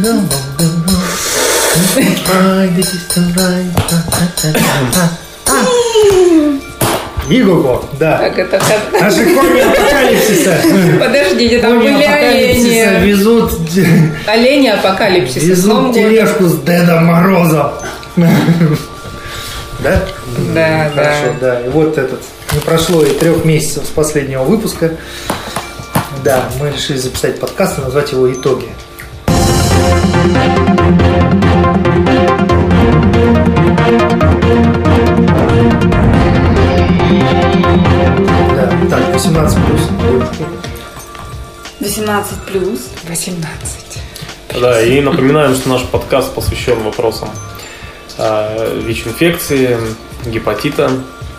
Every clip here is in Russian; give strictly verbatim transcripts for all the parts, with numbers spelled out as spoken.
Иго-го, да. Так, это как... Наши кони апокалипсиса. Подождите, там кони были апокалипсиса олени. Везут, Олени апокалипсиса. везут тележку с Дедом Морозом. Да? Да, Хорошо, да. И вот этот. Не прошло и трех месяцев с последнего выпуска. Да, мы решили записать подкаст и назвать его «Итоги». Да, так, восемнадцать плюс. восемнадцать плюс. восемнадцать. Да, и напоминаем, что наш подкаст посвящен вопросам э, ВИЧ-инфекции, гепатита,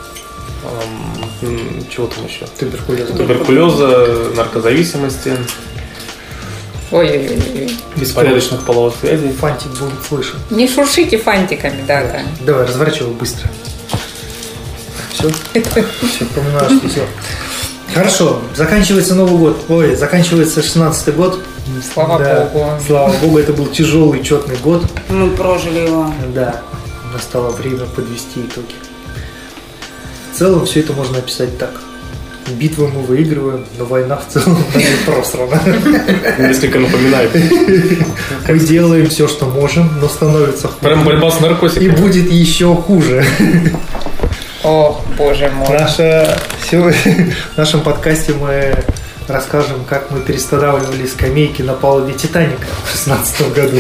э, чего там еще? Туберкулез. Туберкулеза, наркозависимости, Ой-ой-ой. беспорядочных половых связей. Фантик будет слышен. Не шуршите фантиками, да, да. Давай, разворачивай быстро. Все? Все, понимаю, что все. Хорошо, заканчивается Новый год. Ой, заканчивается шестнадцатый год. Слава Да, Богу. Слава Богу, это был тяжелый, четный год. Мы прожили его. Да, настало время подвести итоги. В целом все это можно описать так. Битвы мы выигрываем, но война в целом просрана. Несколько напоминает. Мы делаем все, что можем, но становится хуже. Прям борьба с наркотиками. И будет еще хуже. Ох, боже мой. Наша, в нашем подкасте мы расскажем, как мы перестанавливали скамейки на палубе Титаника в шестнадцатом году.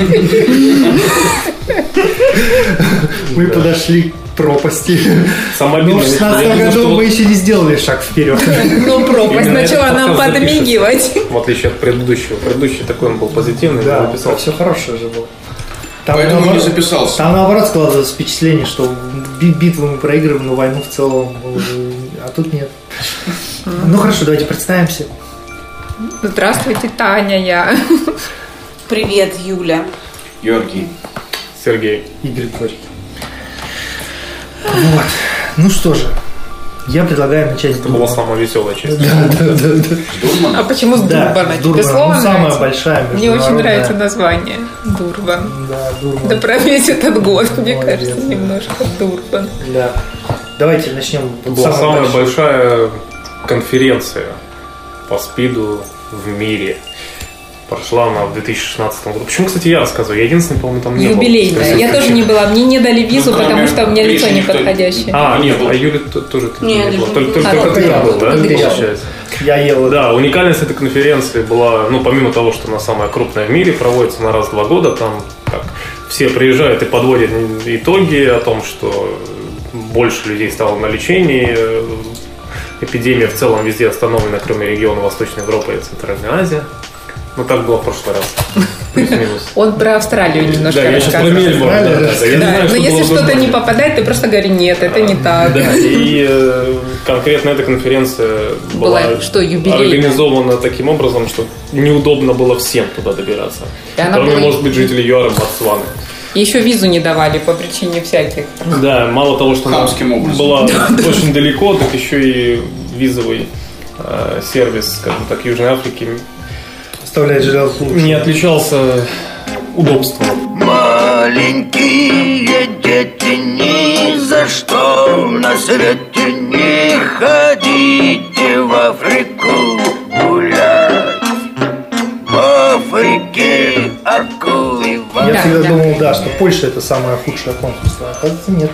Мы подошли к пропасти. Но в шестнадцатом году мы еще не сделали шаг вперед. Ну, пропасть Именно начала этот нам подкаст подмигивать. В отличие от предыдущего. Предыдущий такой он был позитивный, Да, он написал. все хорошее же было. Там Поэтому наоборот, не записался. Там наоборот складывалось впечатление, что би- битву мы проигрываем, но войну в целом мы уже... А тут нет. Ну хорошо, давайте представимся. Здравствуйте, Таня, я. Привет, Юля. Георгий. Сергей. Игорь Горький. Вот. Ну что же, я предлагаю начать с Это была Дурмана. самая веселая часть. Да, да, да, да. Дурман? А почему с Да, Дурбана? с Тебе Дурбана. слово Ну, самая нравится? большая Мне очень международная. нравится название. Дурбан. Да, Дурман. Да про весь этот год, мне Молодец, кажется, да. немножко Дурбан. Да. Давайте начнем. Это была самая большая конференция по СПИДу в мире. Прошла она в две тысячи шестнадцатом году. Почему, кстати, я рассказываю? Я единственный, по-моему, там не был. Юбилейная. Я тоже не была. Мне не дали визу, Ну, потому кроме что у меня лицо Гриши не никто не- подходящее. А, Не нет, был. а Юля т- тоже там Не, не не было. был. Только, только, А, только только ты я. там был, да, Только я. получается? Я ел. Да, уникальность этой конференции была, ну, помимо того, что она самая крупная в мире, проводится на раз в два года, там как все приезжают и подводят итоги о том, что больше людей стало на лечении, эпидемия в целом везде остановлена, кроме региона Восточной Европы и Центральной Азии. Ну, так было в прошлый раз. Плюс-минус. Он про Австралию немножко Да, я сейчас про рассказывал. Мельбурн. Да, да, да. Я не Да, знаю, но что если было в что-то не Мельбурне. попадает, ты просто говори, нет, это не так. Да, и э, конкретно эта конференция была, Была, что, юбилейная? организована таким образом, что неудобно было всем туда добираться. И она Кроме, была- может быть, жителей ЮАР и Ботсваны. И еще визу не давали по причине всяких. Да, мало того, что она Хамским образом. была очень далеко, так еще и визовый э, сервис, скажем так, Южной Африки Оставляет желать лучше. не отличался удобством. Маленькие дети, ни за что на свете не ходите в Африку гулять. В Африке акулы в Я Да, всегда да. думал, да, что Польша это самое худшее консульство. А оказывается, нет.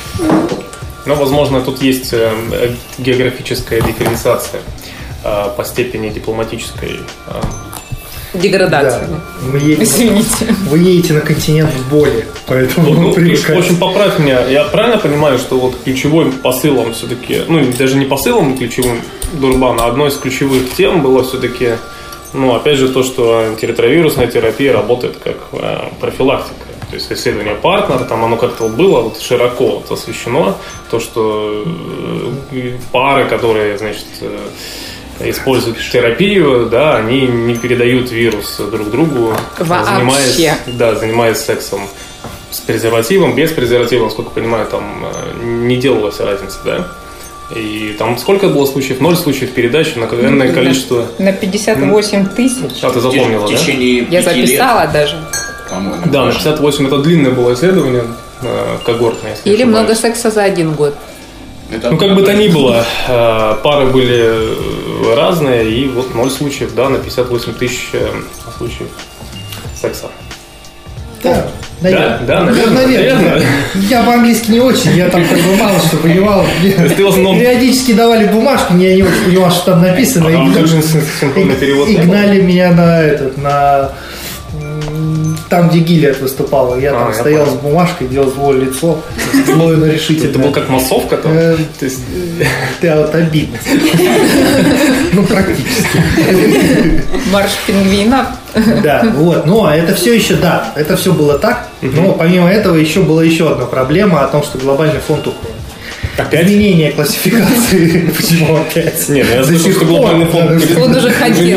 Но, возможно, тут есть э, географическая дифференциация э, по степени дипломатической. э, Деградация. Да. Мы едем, Извините. вы едете на континент в боли, поэтому Ну, вы в общем, привыкаете. поправь меня. Я правильно понимаю, что вот ключевым посылом все-таки, ну, даже не посылом ключевым Дурбана, а одной из ключевых тем было все-таки, ну, опять же, то, что антиретровирусная терапия работает как э, профилактика. То есть исследование партнер, там оно как-то было вот широко вот освещено, то, что э, пары, которые, значит, э, используют терапию, да, они не передают вирус друг другу, Вообще. занимаясь, да, занимаясь сексом с презервативом, без презерватива, насколько я понимаю, там э, не делалась разница, да. И там сколько было случаев? Ноль случаев передачи на энное количество. На пятьдесят восемь тысяч. А ты запомнила, в да? течение Я записала лет, даже. по-моему. Да, на пятьдесят восемь это длинное было исследование, э, когортное. если Или не много ошибаюсь. секса за один год. Это Ну, как бы то ни было, э, пары были разные, и вот ноль случаев, да, на пятьдесят восемь тысяч э, случаев секса. Да, наверное. Да, да, наверное, наверное. наверное. Я по-английски не очень, я там как бы мало что понимал. есть ты в основном- Периодически давали бумажку, я не очень понимал, что там написано. А там и- как же синхронный перевод и не было? гнали меня на этот, на м, там, где Гиллиад выступала. Я А, там я стоял понял. с бумажкой, делал злое лицо, злое, но решительное. Это был как массовка там? Э, То есть, Ты вот обидно. Ну, практически. Марш пингвинов. Да, вот. Ну, а это все еще, да, это все было так. Но помимо этого еще была еще одна проблема о том, что глобальный фонд уходит. опять? Изменение классификации. Почему опять? Нет, я До слышал, сих что пор, глобальный фонд да, перед- Он уже ходил.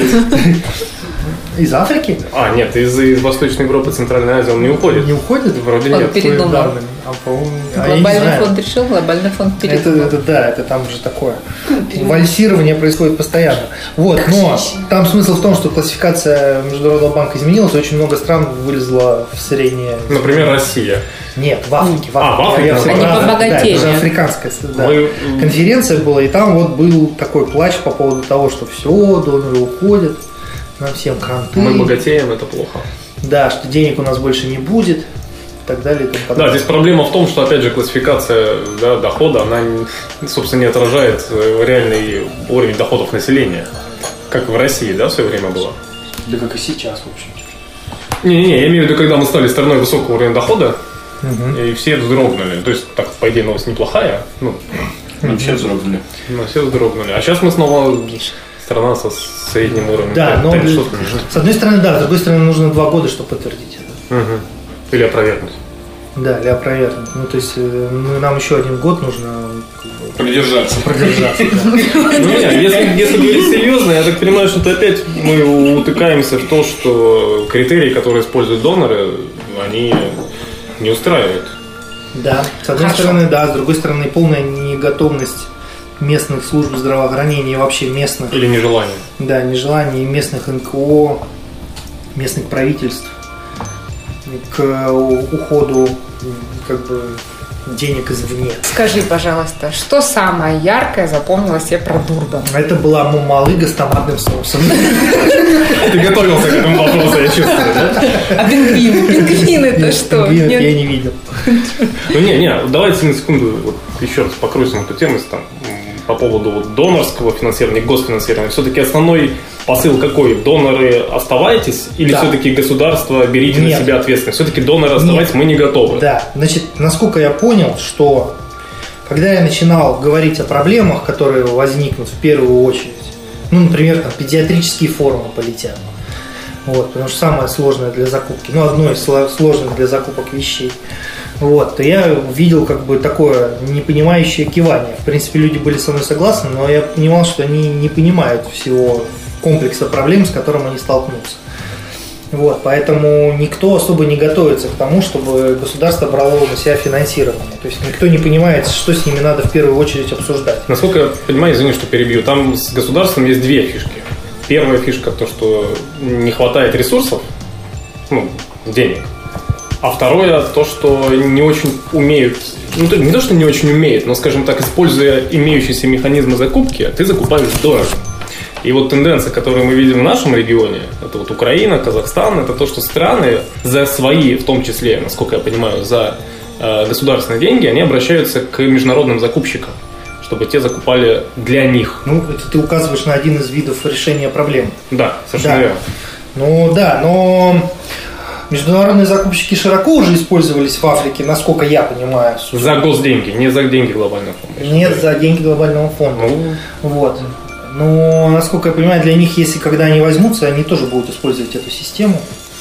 Из Африки? А, нет, из, из Восточной Европы, Центральной Азии он не уходит. Не уходит? Вроде Он нет. передумал. Да, а, по-моему, а я не Глобальный знаю. фонд решил, глобальный фонд Это, передумал. это да, это там же такое. Вальсирование происходит постоянно. Вот, но там смысл в том, что классификация Международного банка изменилась, и очень много стран вылезло в среднее. Например, Россия. Нет, в Африке. В А, в Африке, Я наоборот. всегда- Они побогатее. Да, это же африканская да, Мы- конференция была, и там вот был такой плач по поводу того, что все, доноры уходят, нам всем кранты. Мы богатеем, это плохо. Да, что денег у нас больше не будет, и так далее. И тому Да, подобное. здесь проблема в том, что, опять же, классификация да, дохода, она, не- собственно, не отражает э, реальный уровень доходов населения. Как в России, да, в свое время было? Да как и сейчас, в общем. Не-не-не, я имею в виду, когда мы стали страной высокого уровня дохода, и все вздрогнули. То есть, так, по идее, новость неплохая, ну, Мы все вздрогнули. но все вздрогнули. А сейчас мы снова страна со средним уровнем. Да, но Так, что там? с одной стороны, да, с другой стороны, нужно два года, чтобы подтвердить это. Мгм. Или опровергнуть. Да, для опровергнуть. Ну, то есть, э, ну, нам еще один год нужно как бы, Продержаться. продержаться. да. Ну, не, если, если говорить серьезно, я так понимаю, что это опять мы утыкаемся в то, что критерии, которые используют доноры, они не устраивают. Да, с одной Хорошо. стороны, да, с другой стороны, полная неготовность местных служб здравоохранения и вообще местных, Или нежелание. да, нежелание местных эн ка о, местных правительств к уходу как бы денег извне. Скажи, пожалуйста, что самое яркое запомнилось тебе про Дурбан? Это была мумалыга с томатным соусом. Ты готовился к этому вопросу, я чувствую, да? А пингвины? Пингвины-то что? Пингвинов Нет? я не видел. Ну не, не, давайте на секунду вот еще раз покрутим эту тему если там, м, по поводу вот донорского финансирования, госфинансирования. Все-таки основной посыл какой? Доноры оставайтесь или Да. все-таки государство берите Нет. на себя ответственность? Все-таки доноры оставайтесь, мы не готовы. Да, значит, насколько я понял, что когда я начинал говорить о проблемах, которые возникнут в первую очередь, ну, например, там, педиатрические форумы полетят, вот, потому что самое сложное для закупки, ну, одно из сло- сложных для закупок вещей, вот, то я увидел как бы такое непонимающее кивание. В принципе, люди были со мной согласны, но я понимал, что они не понимают всего комплекса проблем, с которым они столкнутся. Вот, поэтому никто особо не готовится к тому, чтобы государство брало на себя финансирование. То есть никто не понимает, что с ними надо в первую очередь обсуждать. Насколько я понимаю, извини, что перебью, там с государством есть две фишки. Первая фишка то, что не хватает ресурсов, ну, денег. А второе то, что не очень умеют, ну то- не то, что не очень умеют, но, скажем так, используя имеющиеся механизмы закупки, ты закупаешь дорого. И вот тенденция, которую мы видим в нашем регионе, это вот Украина, Казахстан, это то, что страны за свои, в том числе, насколько я понимаю, за э, государственные деньги, они обращаются к международным закупщикам, чтобы те закупали для них. Ну, это ты указываешь на один из видов решения проблем. Да, совершенно Да. верно. Ну да, но международные закупщики широко уже использовались в Африке, насколько я понимаю. За госденьги, не за деньги глобального фонда. Нет, за деньги глобального фонда. Ну, Вот. Но, насколько я понимаю, для них, если когда они возьмутся, они тоже будут использовать эту систему.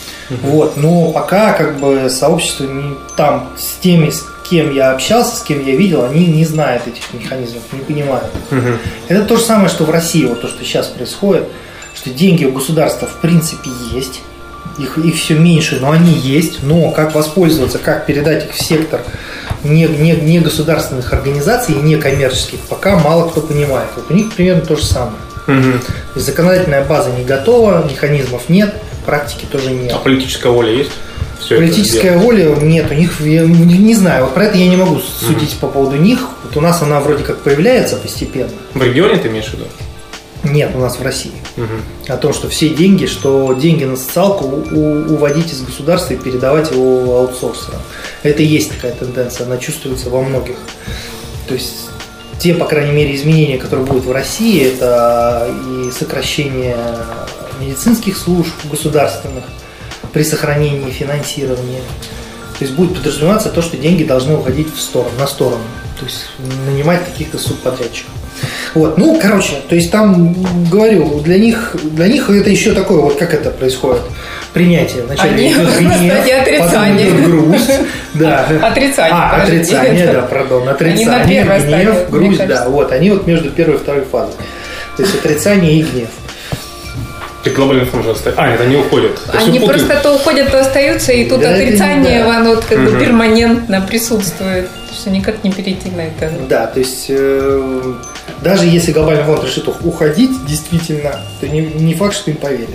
Вот. Но пока как бы сообщество не, там с теми, с кем я общался, с кем я видел, они не знают этих механизмов, не понимают. мгм. Это то же самое, что в России, вот то, что сейчас происходит, что деньги у государства в принципе есть, их, их все меньше, но они есть, но как воспользоваться, как передать их в сектор не, не, не государственных организаций и не коммерческих пока мало кто понимает. Вот у них примерно то же самое. Угу. То есть законодательная база не готова, механизмов нет, практики тоже нет. А политическая воля есть? Все Политическая воля нет, у них, я не знаю, вот про это я не могу судить угу. по поводу них. Вот у нас она вроде как появляется постепенно. В регионе ты имеешь в виду? Нет, у нас в России. Угу. О том, что все деньги, что деньги на социалку у, уводить из государства и передавать его аутсорсерам. Это и есть такая тенденция, она чувствуется во многих. То есть те, по крайней мере, изменения, которые будут в России, это и сокращение медицинских служб государственных при сохранении финансирования. То есть будет подразумеваться то, что деньги должны уходить в сторону, на сторону. То есть нанимать каких-то субподрядчиков. Вот, ну, короче, то есть там, говорю, для них, для них это еще такое, вот как это происходит, принятие. Вначале Они идет гнев, потом идет грусть. Да. Отрицание. А, отрицание, да, пардон, отрицание, гнев, грусть, да, вот, они вот между первой и второй фазой. То есть отрицание и гнев. И глобальный фонд же остается. А, нет, они уходят. Они просто то уходят, то остаются, и тут да, отрицание, да. оно вот как угу. бы перманентно присутствует, что никак не перейти на это. Да, то есть э, даже если глобальный фонд решит уходить, действительно, то не, не факт, что им поверят.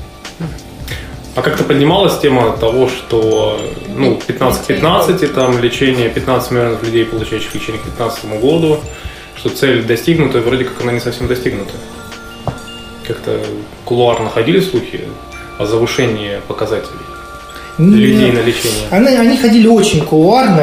А как-то поднималась тема того, что ну, пятнадцать к пятнадцати, там лечение пятнадцать миллионов людей, получающих лечение к две тысячи пятнадцатому году, что цель достигнута, и вроде как она не совсем достигнута. Как-то кулуарно ходили слухи о завышении показателей людей на лечение? Они, они ходили очень кулуарно,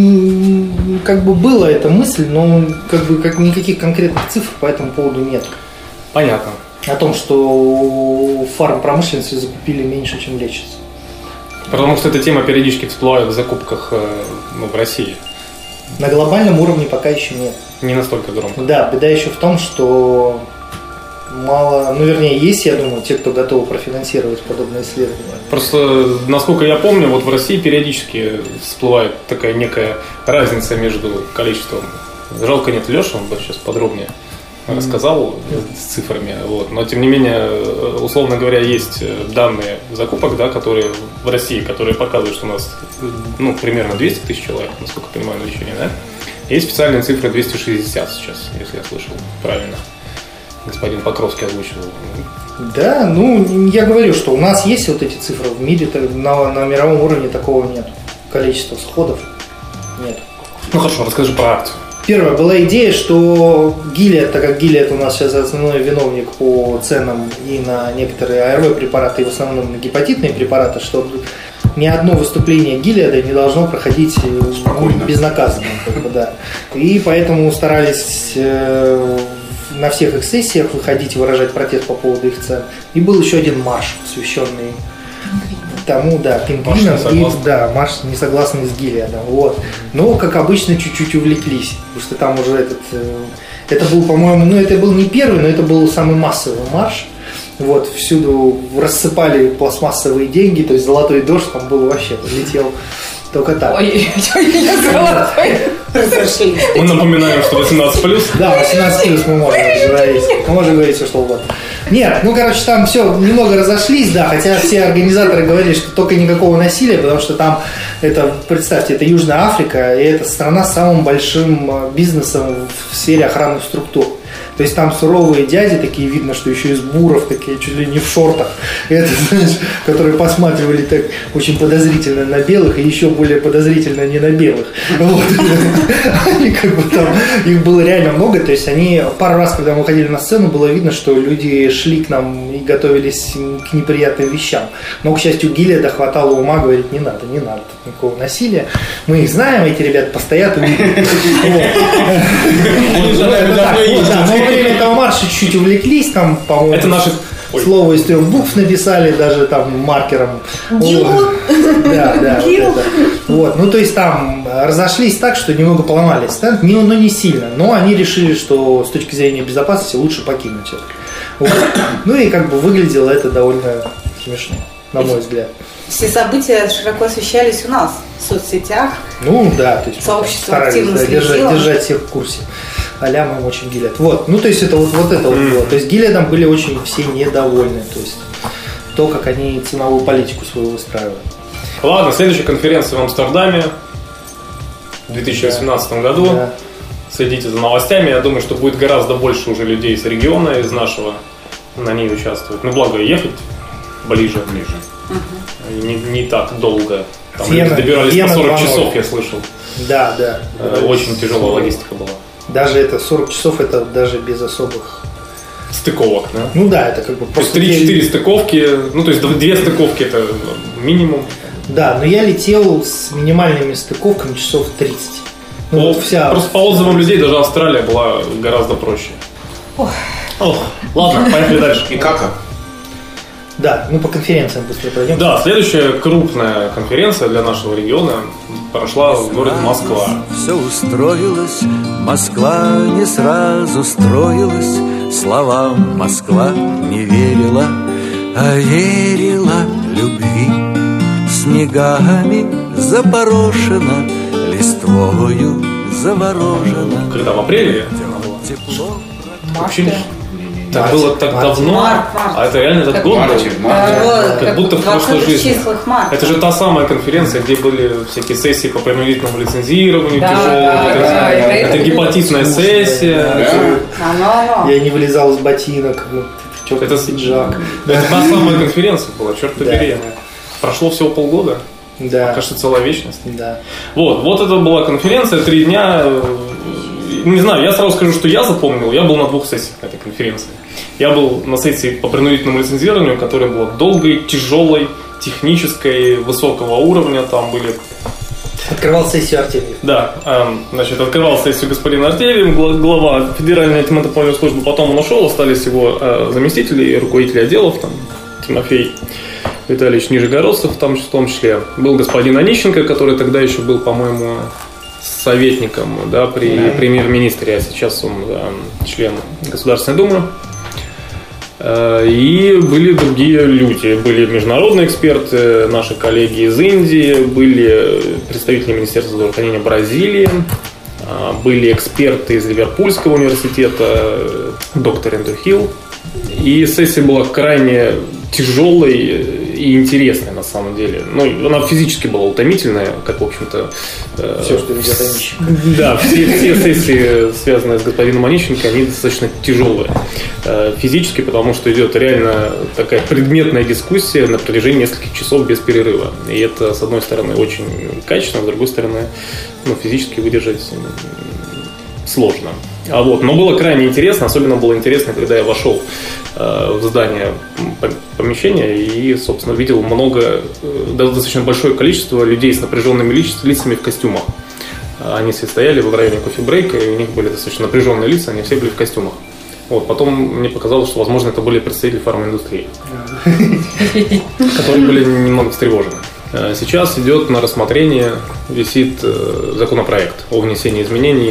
как бы была эта мысль, но как бы как никаких конкретных цифр по этому поводу нет. Понятно. О том, что фармпромышленности закупили меньше, чем лечится. Потому что эта тема периодически всплывает в закупках ну, в России. На глобальном уровне пока еще нет. Не настолько громко. Да, беда еще в том, что мало, ну вернее есть, я думаю, те, кто готовы профинансировать подобные исследования. Просто, насколько я помню, вот в России периодически всплывает такая некая разница между количеством. Жалко нет Леши, он бы сейчас подробнее mm-hmm. рассказал с цифрами. Вот. Но тем не менее, условно говоря, есть данные закупок, да, которые в России, которые показывают, что у нас ну, примерно двести тысяч человек, насколько я понимаю, на лечение, да? Есть специальные цифры двести шестьдесят сейчас, если я слышал правильно. Господин Покровский озвучивал. Да, ну, я говорю, что у нас есть вот эти цифры, в мире на, на мировом уровне такого нет. Количество сходов нет. Ну хорошо, расскажи про акцию. Первая была идея, что Gilead, так как Gilead у нас сейчас основной виновник по ценам и на некоторые АРВ препараты, и в основном на гепатитные препараты, что ни одно выступление Gilead не должно проходить спокойно, безнаказанно. Как бы, да. И поэтому старались на всех их сессиях выходить и выражать протест по поводу их цен. И был еще один марш, посвященный тому, да, пингвинам. И, да, марш не согласный с Гилиадом. Вот. Но, как обычно, чуть-чуть увлеклись. Потому что там уже этот... Это был, по-моему, ну это был не первый, но это был самый массовый марш. Вот, всюду рассыпали пластмассовые деньги, то есть золотой дождь там был вообще, летел только так. Ой, я золотой. Мы напоминаем, что восемнадцать плюс. Да, восемнадцать плюс мы можем говорить. Мы можем говорить все, что угодно. Нет, ну, короче, там все немного разошлись, да, хотя все организаторы говорили, что только никакого насилия, потому что там, это, представьте, это Южная Африка, и это страна с самым большим бизнесом в сфере охранных структур. То есть там суровые дяди, такие видно, что еще из буров, такие чуть ли не в шортах, это, знаешь, которые посматривали так очень подозрительно на белых и еще более подозрительно не на белых. Вот. Они как бы там, их было реально много, то есть они пару раз, когда мы ходили на сцену, было видно, что люди шли к нам и готовились к неприятным вещам. Но, к счастью, Гилеада хватало ума, говорит, не надо, не надо никакого насилия. Мы их знаем, эти ребята постоят и уйдут. Во время этого марша чуть-чуть увлеклись, там, по-моему, это наши... слово из трех букв написали, даже там маркером. Гил. Да, да, вот это. Вот, ну то есть там разошлись так, что немного поломались стенд, но ну, не сильно, но они решили, что с точки зрения безопасности лучше покинуть это. Вот. Ну и как бы выглядело это довольно смешно, на мой взгляд. Все события широко освещались у нас в соцсетях. Ну да, то есть сообщество старались активно да, держать, держать всех в курсе. А-ля мы очень Gilead. Вот, ну то есть это вот, вот это вот было. То есть Gilead'ом были очень все недовольны. То есть то, как они ценовую политику свою выстраивают. Ладно, следующая конференция в Амстердаме. в две тысячи восемнадцатом году. Да. Следите за новостями. Я думаю, что будет гораздо больше уже людей из региона, из нашего, на ней участвовать. Ну, благо, ехать ближе. Ближе. И не, не так долго. Там Вена- люди добирались Вена по сорок два ноль. часов, я слышал. Да, да. Э, Очень тяжелая логистика была. Даже это сорок часов, это даже без особых... Стыковок, да? Ну да, это как бы То есть просто... три-четыре стыковки, ну то есть две стыковки это минимум. Да, но я летел с минимальными стыковками часов тридцать. Ну, По- вот вся... Просто по отзывам людей даже Австралия была гораздо проще. Ох. Ох, ладно, поехали дальше. И как? Да, ну по конференциям быстро пройдем. Да, следующая крупная конференция для нашего региона прошла в городе Москва. Все устроилось, Москва не сразу строилась, словам Москва не верила, а верила любви. Снегами запорошена, листвою заворожена. Когда в апреле? Тепло. Вообще, Марта. так Март, было так март. давно, Март, март. а это реально этот Как год был. Марте, в марте. Да, вот, Как будто в прошлой двадцатых жизни. числах марта. Это же та самая конференция, где были всякие сессии по принудительному лицензированию, Да, тяжелые. да, это, да, это- это это гепатитная скучно, сессия. Да. Оно, оно. Я не вылезал из ботинок, теплый Это- пиджак. Это та самая конференция была, черт Да. побери. Прошло всего полгода, Да, кажется, целая вечность. да. Вот, вот это была конференция, три дня. Не знаю, я сразу скажу, что я запомнил. Я был на двух сессиях на этой конференции. Я был на сессии по принудительному лицензированию, которая была долгой, тяжелой, технической, высокого уровня. Там были... Открывал сессию Артемьев. Да, эм, значит, открывал сессию господин Артемьев, гла- глава Федеральной антимонопольной службы. Потом он ушел, остались его э, заместители и руководители отделов, там, Тимофей Витальевич Нижегородцев, там, в том числе. Был господин Онищенко, который тогда еще был, по-моему, советником, да, при Да. премьер-министре, а сейчас он э, член Государственной Думы. Э, И были другие люди, были международные эксперты, наши коллеги из Индии, были представители Министерства здравоохранения Бразилии, э, были эксперты из Ливерпульского университета, э, доктор Эндрю Хилл. И сессия была крайне тяжелой и интересной на самом деле. Ну, она физически была утомительная, как, в общем-то... э, Все, что ведет Онищенко. Да, все, все сессии, связанные с господином Онищенко, они достаточно тяжелые э, физически, потому что идет реально такая предметная дискуссия на протяжении нескольких часов без перерыва. И это, с одной стороны, очень качественно, с другой стороны, ну, физически выдержать м, сложно. А вот, но было крайне интересно, особенно было интересно, когда я вошел э, в здание м, помещения и, собственно, видел много, э, достаточно большое количество людей с напряженными лиц- лицами в костюмах. Они все стояли в районе кофе-брейка, и у них были достаточно напряженные лица, они все были в костюмах. Вот, потом мне показалось, что, возможно, это были представители фарминдустрии, которые были немного встревожены. Э, Сейчас идет на рассмотрение, висит э, законопроект о внесении изменений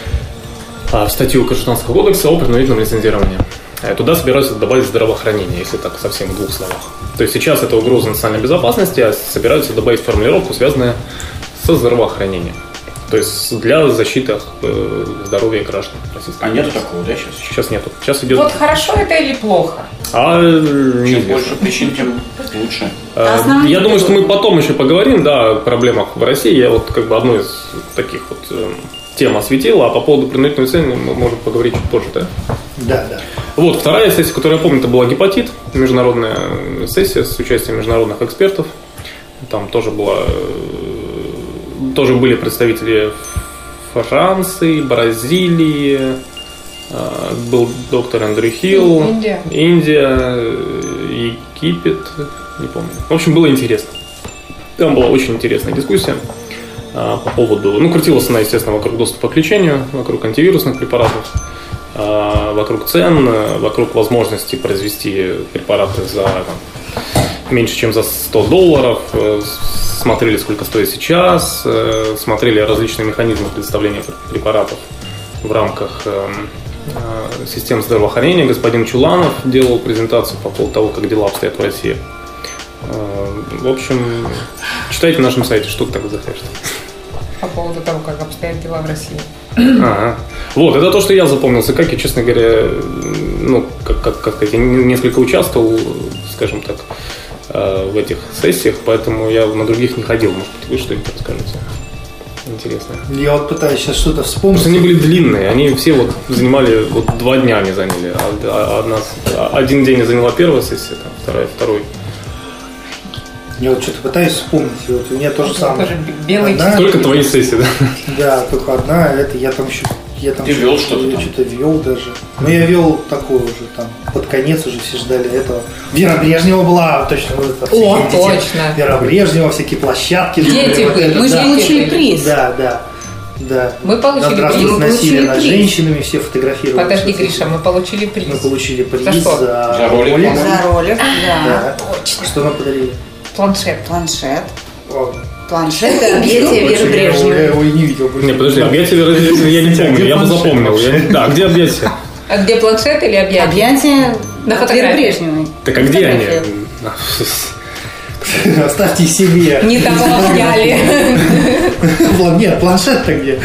в статью Гражданского кодекса о принудительном лицензировании. Туда собираются добавить здравоохранение, если так совсем в двух словах. То есть сейчас это угроза национальной безопасности, а собираются добавить формулировку, связанную со здравоохранением. То есть для защиты э, здоровья граждан Российской А нету Федерации. такого, да, сейчас? Сейчас нету. Сейчас идет... Вот хорошо это или плохо? А, Чем неизвестно. больше причин, тем лучше. Э, Основные Я думаю, что мы требования. потом еще поговорим, да, о проблемах в России. Я вот как бы одну из таких вот э, тем осветил, а по поводу принудительного лицензирования мы можем поговорить чуть позже, да? Да, да. Вот, вторая сессия, которую я помню, это была гепатит, международная сессия с участием международных экспертов. Там тоже была, э, тоже были представители Франции, Бразилии, э, был доктор Эндрю Хилл, Индия. Индия, э, Египет, не помню. В общем, было интересно. Там была очень интересная дискуссия э, по поводу, ну, крутилась она, естественно, вокруг доступа к лечению, вокруг антивирусных препаратов, э, вокруг цен, э, вокруг возможности произвести препараты за там, меньше, чем за сто долларов, э, смотрели, сколько стоит сейчас, э, смотрели различные механизмы предоставления препаратов в рамках э, э, систем здравоохранения. Господин Чуланов делал презентацию по поводу того, как дела обстоят в России. Э, в общем, читайте на нашем сайте, что ты так захочешь. По поводу того, как обстоят дела в России. Ага. Вот, это то, что я запомнился. Как я, честно говоря, ну, как, как, как сказать, я несколько участвовал, скажем так, в этих сессиях, поэтому я на других не ходил. Может быть, вы что-нибудь расскажете? интересные. Я вот пытаюсь сейчас что-то вспомнить. Потому что они были длинные, они все вот занимали, вот два дня они заняли. А одна, один день заняла первая сессия, там, вторая, второй. Я вот что-то пытаюсь вспомнить. Вот у меня то же самое. Тоже белый Одна- Только твои сессии, да? Да, только одна, это я там еще... Я там Ты вел что-то Я там? что-то вел даже. Но я вел такое уже там. Под конец уже все ждали этого. Вера Брежнева была точно. Вот это, О, всякие дети. точно. Вера Брежнева, всякие площадки. Дети вот были, это, Мы же да. получили приз. Да, да. Да. Мы получили Здравствуйте, приз. Мы насилие получили над приз. женщинами, все фотографировали. Подожди, Гриша, мы получили приз. Мы получили приз За что? за, За ролик, по-моему. За ролик, да. Да. Точно. Что нам подарили? Планшет. Планшет. О, Планшет и объятие больше Веры я его- Я Брежневой. его и не видел. больше. Не, подожди, объятия Веры Брежневой я не помню, Где я бы планшет запомнил. вообще? Я- Да, где объятия? А где планшет или объятие? Объятие На от фотографии. Веры Брежневой. Так а где они? Фотография. Оставьте себе. Не того взяли. План- Нет, планшет-то где?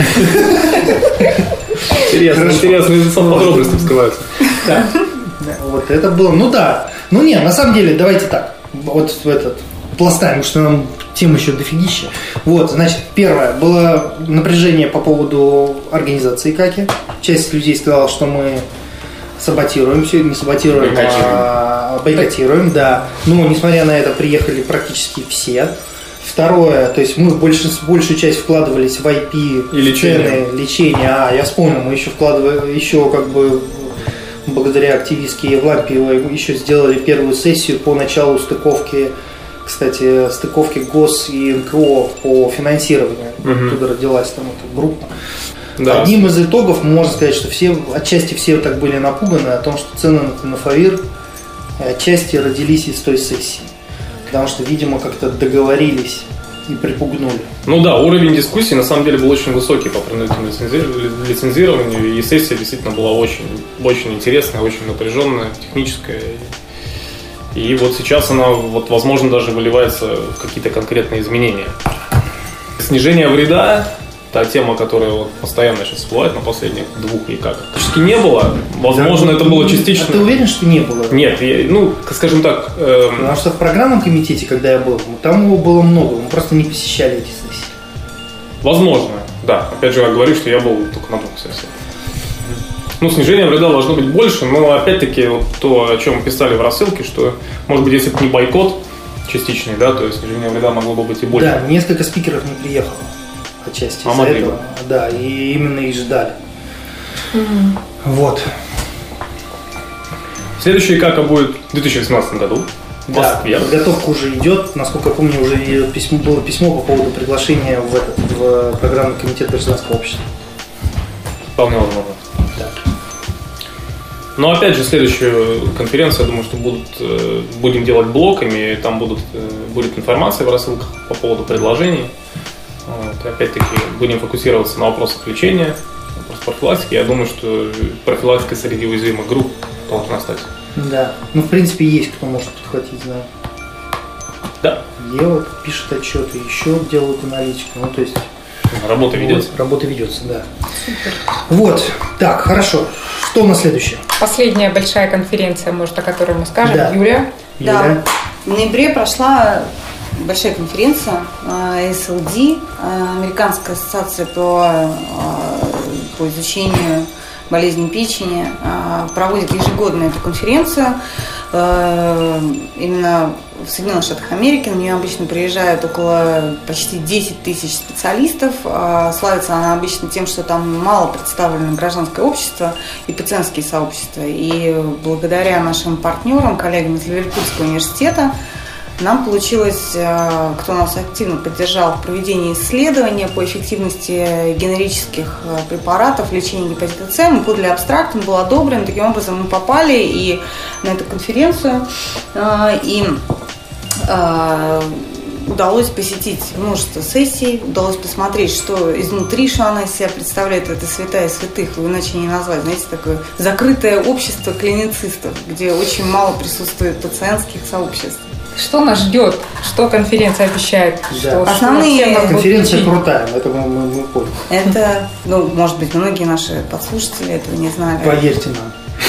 Интересно, интересно, сам подробности вскрываются. Да. Вот это было, ну да. Ну нет, на самом деле, давайте так. Вот в этот пластами, потому что нам тем еще дофигища. Вот, значит, первое, было напряжение по поводу организации КАКи. Часть людей сказала, что мы саботируем все, не саботируем, а бойкотируем, да. Но, несмотря на это, приехали практически все. Второе, то есть мы больше, большую часть вкладывались в ай пи, И лечение. сцены, лечение. А, я вспомнил, мы еще вкладывали, еще как бы благодаря активистке Евлампиевой мы еще сделали первую сессию по началу стыковки, кстати, стыковки ГОС и эн ка о по финансированию. Мгм. Оттуда родилась там эта группа. Да. Одним из итогов можно сказать, что все, отчасти все так были напуганы о том, что цены на Тенофовир отчасти родились из той сессии. Потому что, видимо, как-то договорились и припугнули. Ну да, уровень дискуссии на самом деле был очень высокий по принудительному лицензи- лицензированию, и сессия действительно была очень, очень интересная, очень напряженная, техническая. И вот сейчас она, вот, возможно, даже выливается в какие-то конкретные изменения. Снижение вреда, та тема, которая вот постоянно сейчас всплывает на последних двух никак, практически не было. Возможно, это было частично. А ты уверен, что не было? Нет, я- ну, скажем так, эм, Потому что в программном комитете, когда я был, там его было много, мы просто не посещали эти сессии. возможно, да. Опять же, я говорю, что я был только на двух сессиях. Ну, снижение вреда должно быть больше, но опять-таки вот то, о чем писали в рассылке, что, может быть, если бы не бойкот частичный, да, то снижение вреда могло бы быть и больше. Да, несколько спикеров не приехало отчасти А из-за могли этого. бы. Да, и именно и ждали. Вот. Следующий КАКа будет в две тысячи восемнадцатом году. В Да, Москве. подготовка уже идет. Насколько я помню, уже идет письмо, было письмо по поводу приглашения в этот в программный комитет гражданского общества. Вполне возможно. Да. Но опять же, следующую конференцию, я думаю, что будут, э, будем делать блоками, там будут, э, будет информация в рассылках по поводу предложений. Вот. И опять-таки будем фокусироваться на вопросах лечения, вопросах профилактики. Я думаю, что профилактика среди уязвимых групп должна стать. Да. Ну, в принципе, есть кто может подхватить, знаю. Да, Делают, пишут отчеты, еще делают аналитику. Ну, то есть работа ведется. вот, работа ведется, да. Вот. Так, хорошо. Что у нас следующее? Последняя большая конференция, может, о которой мы скажем. Да. Юлия. Да. Юля? В ноябре прошла большая конференция эс эл ди, э, Американская ассоциация по, э, по изучению болезней печени, э, проводит ежегодно эту конференцию. Э, Именно в Соединенных Штатах Америки на нее обычно приезжают около почти десять тысяч специалистов. Э, Славится она обычно тем, что там мало представлено гражданское общество и пациентские сообщества. И благодаря нашим партнерам, коллегам из Ливерпульского университета, нам получилось, кто нас активно поддержал в проведении исследования по эффективности генерических препаратов лечения гепатита С. Мы подали абстракт, он был одобрен. Таким образом, мы попали и на эту конференцию. И удалось посетить множество сессий, удалось посмотреть, что изнутри, что она из себя представляет, это святая святых, вы иначе не назвать, знаете, такое закрытое общество клиницистов, где очень мало присутствует пациентских сообществ. Что нас ждет? Что конференция обещает? Да. Что, Основные- что всем нас будут Конференция учить? крутая, это мы, мы, мы поняли. Это, ну, может быть, многие наши подслушатели этого не знали. Поверьте нам.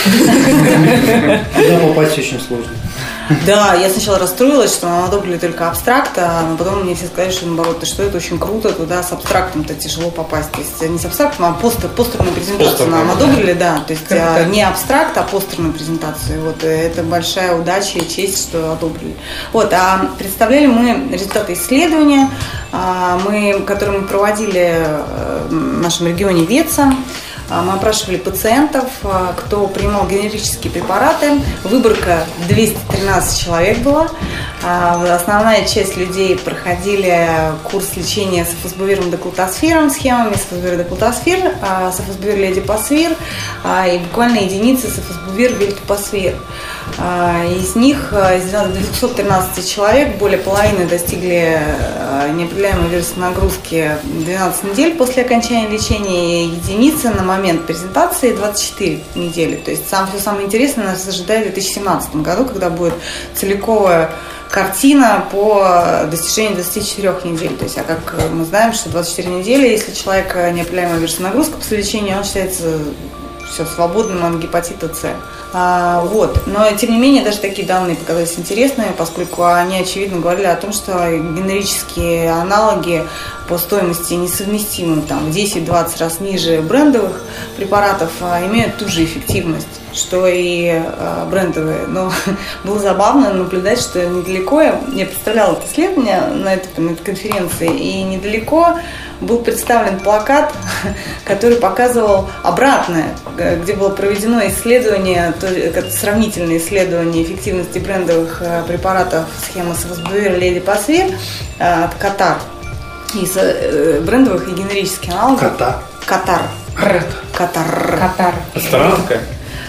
Туда попасть очень сложно. Да, я сначала расстроилась, что нам одобрили только абстракт, а потом мне все сказали, что наоборот, ты что, это очень круто, туда с абстрактом-то тяжело попасть. То есть не с абстрактом, а постер, постерную презентацию Постерную, нам да. одобрили, да. То есть а, не абстракт, а постерную презентацию. Вот это большая удача и честь, что одобрили. Вот, а представляли мы результаты исследования, а, мы, которые мы проводили в нашем регионе ВЕЦа. Мы опрашивали пациентов, кто принимал генерические препараты. Выборка двести тринадцать человек была. Основная часть людей проходили курс лечения с сафосбувиром доклотосфером, схемами сафосбувир-доклотосфер, сафосбувир-ледипосвир и буквально единицы сафосбувир-вельтупосвер. Из них, из двухсот тринадцати человек, более половины достигли неопределяемой вирусной нагрузки двенадцать недель после окончания лечения, и единицы на момент презентации двадцать четыре недели. То есть сам, все самое интересное нас ожидает в две тысячи семнадцатом году, когда будет целиковая картина по достижению двадцати четырёх недель. То есть, а как мы знаем, что двадцать четыре недели, если человек неопределяемая вирусная нагрузка после лечения, он считается все свободным от гепатита С. А, вот. Но, тем не менее, даже такие данные показались интересными, поскольку они, очевидно, говорили о том, что генерические аналоги по стоимости несовместимы, там, в десять-двадцать раз ниже брендовых препаратов, а, имеют ту же эффективность, что и а, брендовые. Но было забавно наблюдать, что недалеко, я, я представляла это исследование на этой, на этой конференции, и недалеко был представлен плакат, который показывал обратное, где было проведено исследование, сравнительное исследование эффективности брендовых препаратов схемы сафосбувир-ледипосвир от Катар. Из брендовых и генерических аналогов. Катар. Катар. Катар. Катар. Страна такая?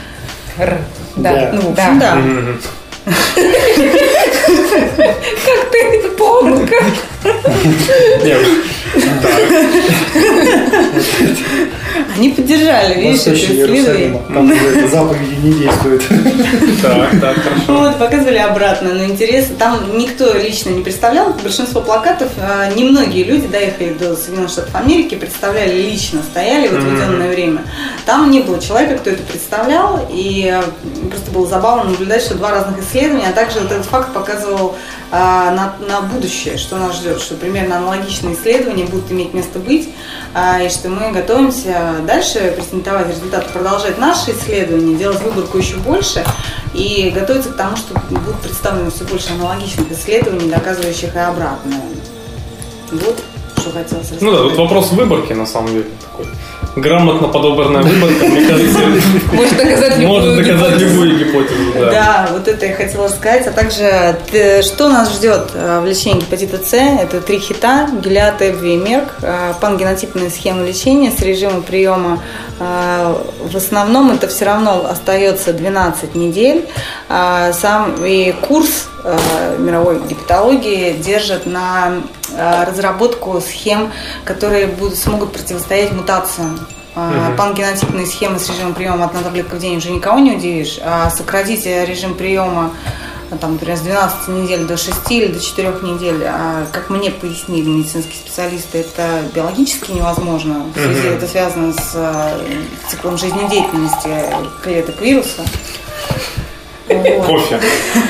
Да. Да. Ну, в общем, да. Как ты помнишь? Нет. Они поддержали, видишь, это Восточный исследование. Иерусалим, там уже заповеди не действуют. Так, так, хорошо. Вот, показывали обратно, но интересно, там никто лично не представлял, большинство плакатов, э, немногие люди доехали до Соединенных Штатов Америки, представляли лично, стояли в отведенное mm-hmm. время. Там не было человека, кто это представлял, и э, просто было забавно наблюдать, что два разных исследования, а также вот этот факт показывал э, на, на будущее, что нас ждет, что примерно аналогичные исследования будут иметь место быть, э, и что мы готовимся дальше презентовать результаты, продолжать наши исследования, делать выборку еще больше и готовиться к тому, что будут представлены все больше аналогичных исследований, доказывающих и обратное. Вот, что хотелось рассказать. Ну да, тут вопрос выборки, на самом деле, такой. Грамотно подобранная выборка, мне кажется, Может доказать любую может доказать гипотезу. любую гипотезу. Да. Да, вот это я хотела сказать. А также, т- что нас ждет в лечении гепатита С? Это три хита: Гилеад, Эбви и Мерк, пангенотипные схемы лечения с режимом приема. В основном это все равно остается двенадцать недель. Сам и курс мировой гепатологии держит на разработку схем, которые будут, смогут противостоять мутациям. Uh-huh. Пангенотипные схемы с режимом приема одна таблетка в день уже никого не удивишь, а сократить режим приема, там, например, с двенадцати недель до шести или до четырёх недель, а, как мне пояснили медицинские специалисты, это биологически невозможно. В связи uh-huh. это связано с а, циклом жизнедеятельности клеток вируса. Вот. Кофе.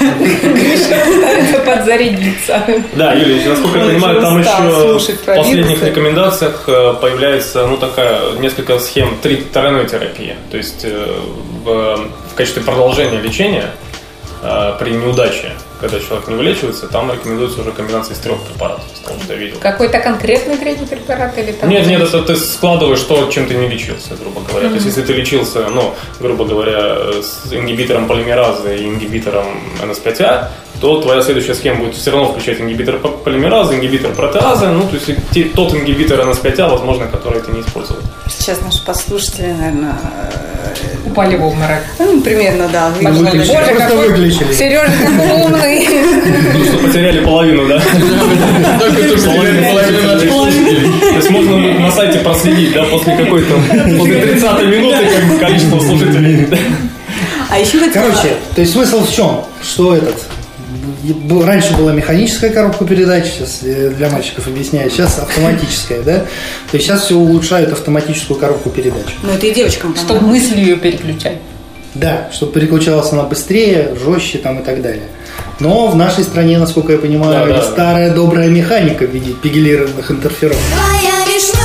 Пытается подзарядиться. Да, Юлия, насколько я Он понимаю, уже там устал еще слушать в про последних вирусы. рекомендациях появляется, ну, такая, несколько схем три, тройной терапии. То есть в, в качестве продолжения лечения при неудаче, когда человек не вылечивается, там рекомендуется уже комбинация из трех препаратов, из того, что я видел. Какой-то конкретный третий препарат или там? Нет, нет, это ты складываешь то, чем ты не лечился, грубо говоря. Mm-hmm. То есть, если ты лечился, ну, грубо говоря, с ингибитором полимеразы и ингибитором эн эс пять а, то твоя следующая схема будет все равно включать ингибитор полимеразы, ингибитор протеазы, ну, то есть тот ингибитор эн эс пять а, возможно, который ты не использовал. Сейчас наши подслушатели, наверное, Упали в обморок. ну, примерно, да. Выключили. Боже, Просто какой выключили. Сережа какой умный. Ну, что потеряли половину, да? Только что потеряли половину наших слушателей. То есть можно на сайте проследить, да, после какой-то, после тридцатой минуты, как бы, количество слушателей. А еще хотела... Короче, то есть смысл в чем? Что этот? Раньше была механическая коробка передач, сейчас для мальчиков объясняю, сейчас автоматическая, да? То есть сейчас все улучшают автоматическую коробку передач. Ну, это и девочкам Чтобы понравилось. мыслью ее переключать. Да, чтобы переключалась она быстрее, жестче там и так далее. Но в нашей стране, насколько я понимаю, Да, да. старая добрая механика в виде пегелированных интерферонов. Твоя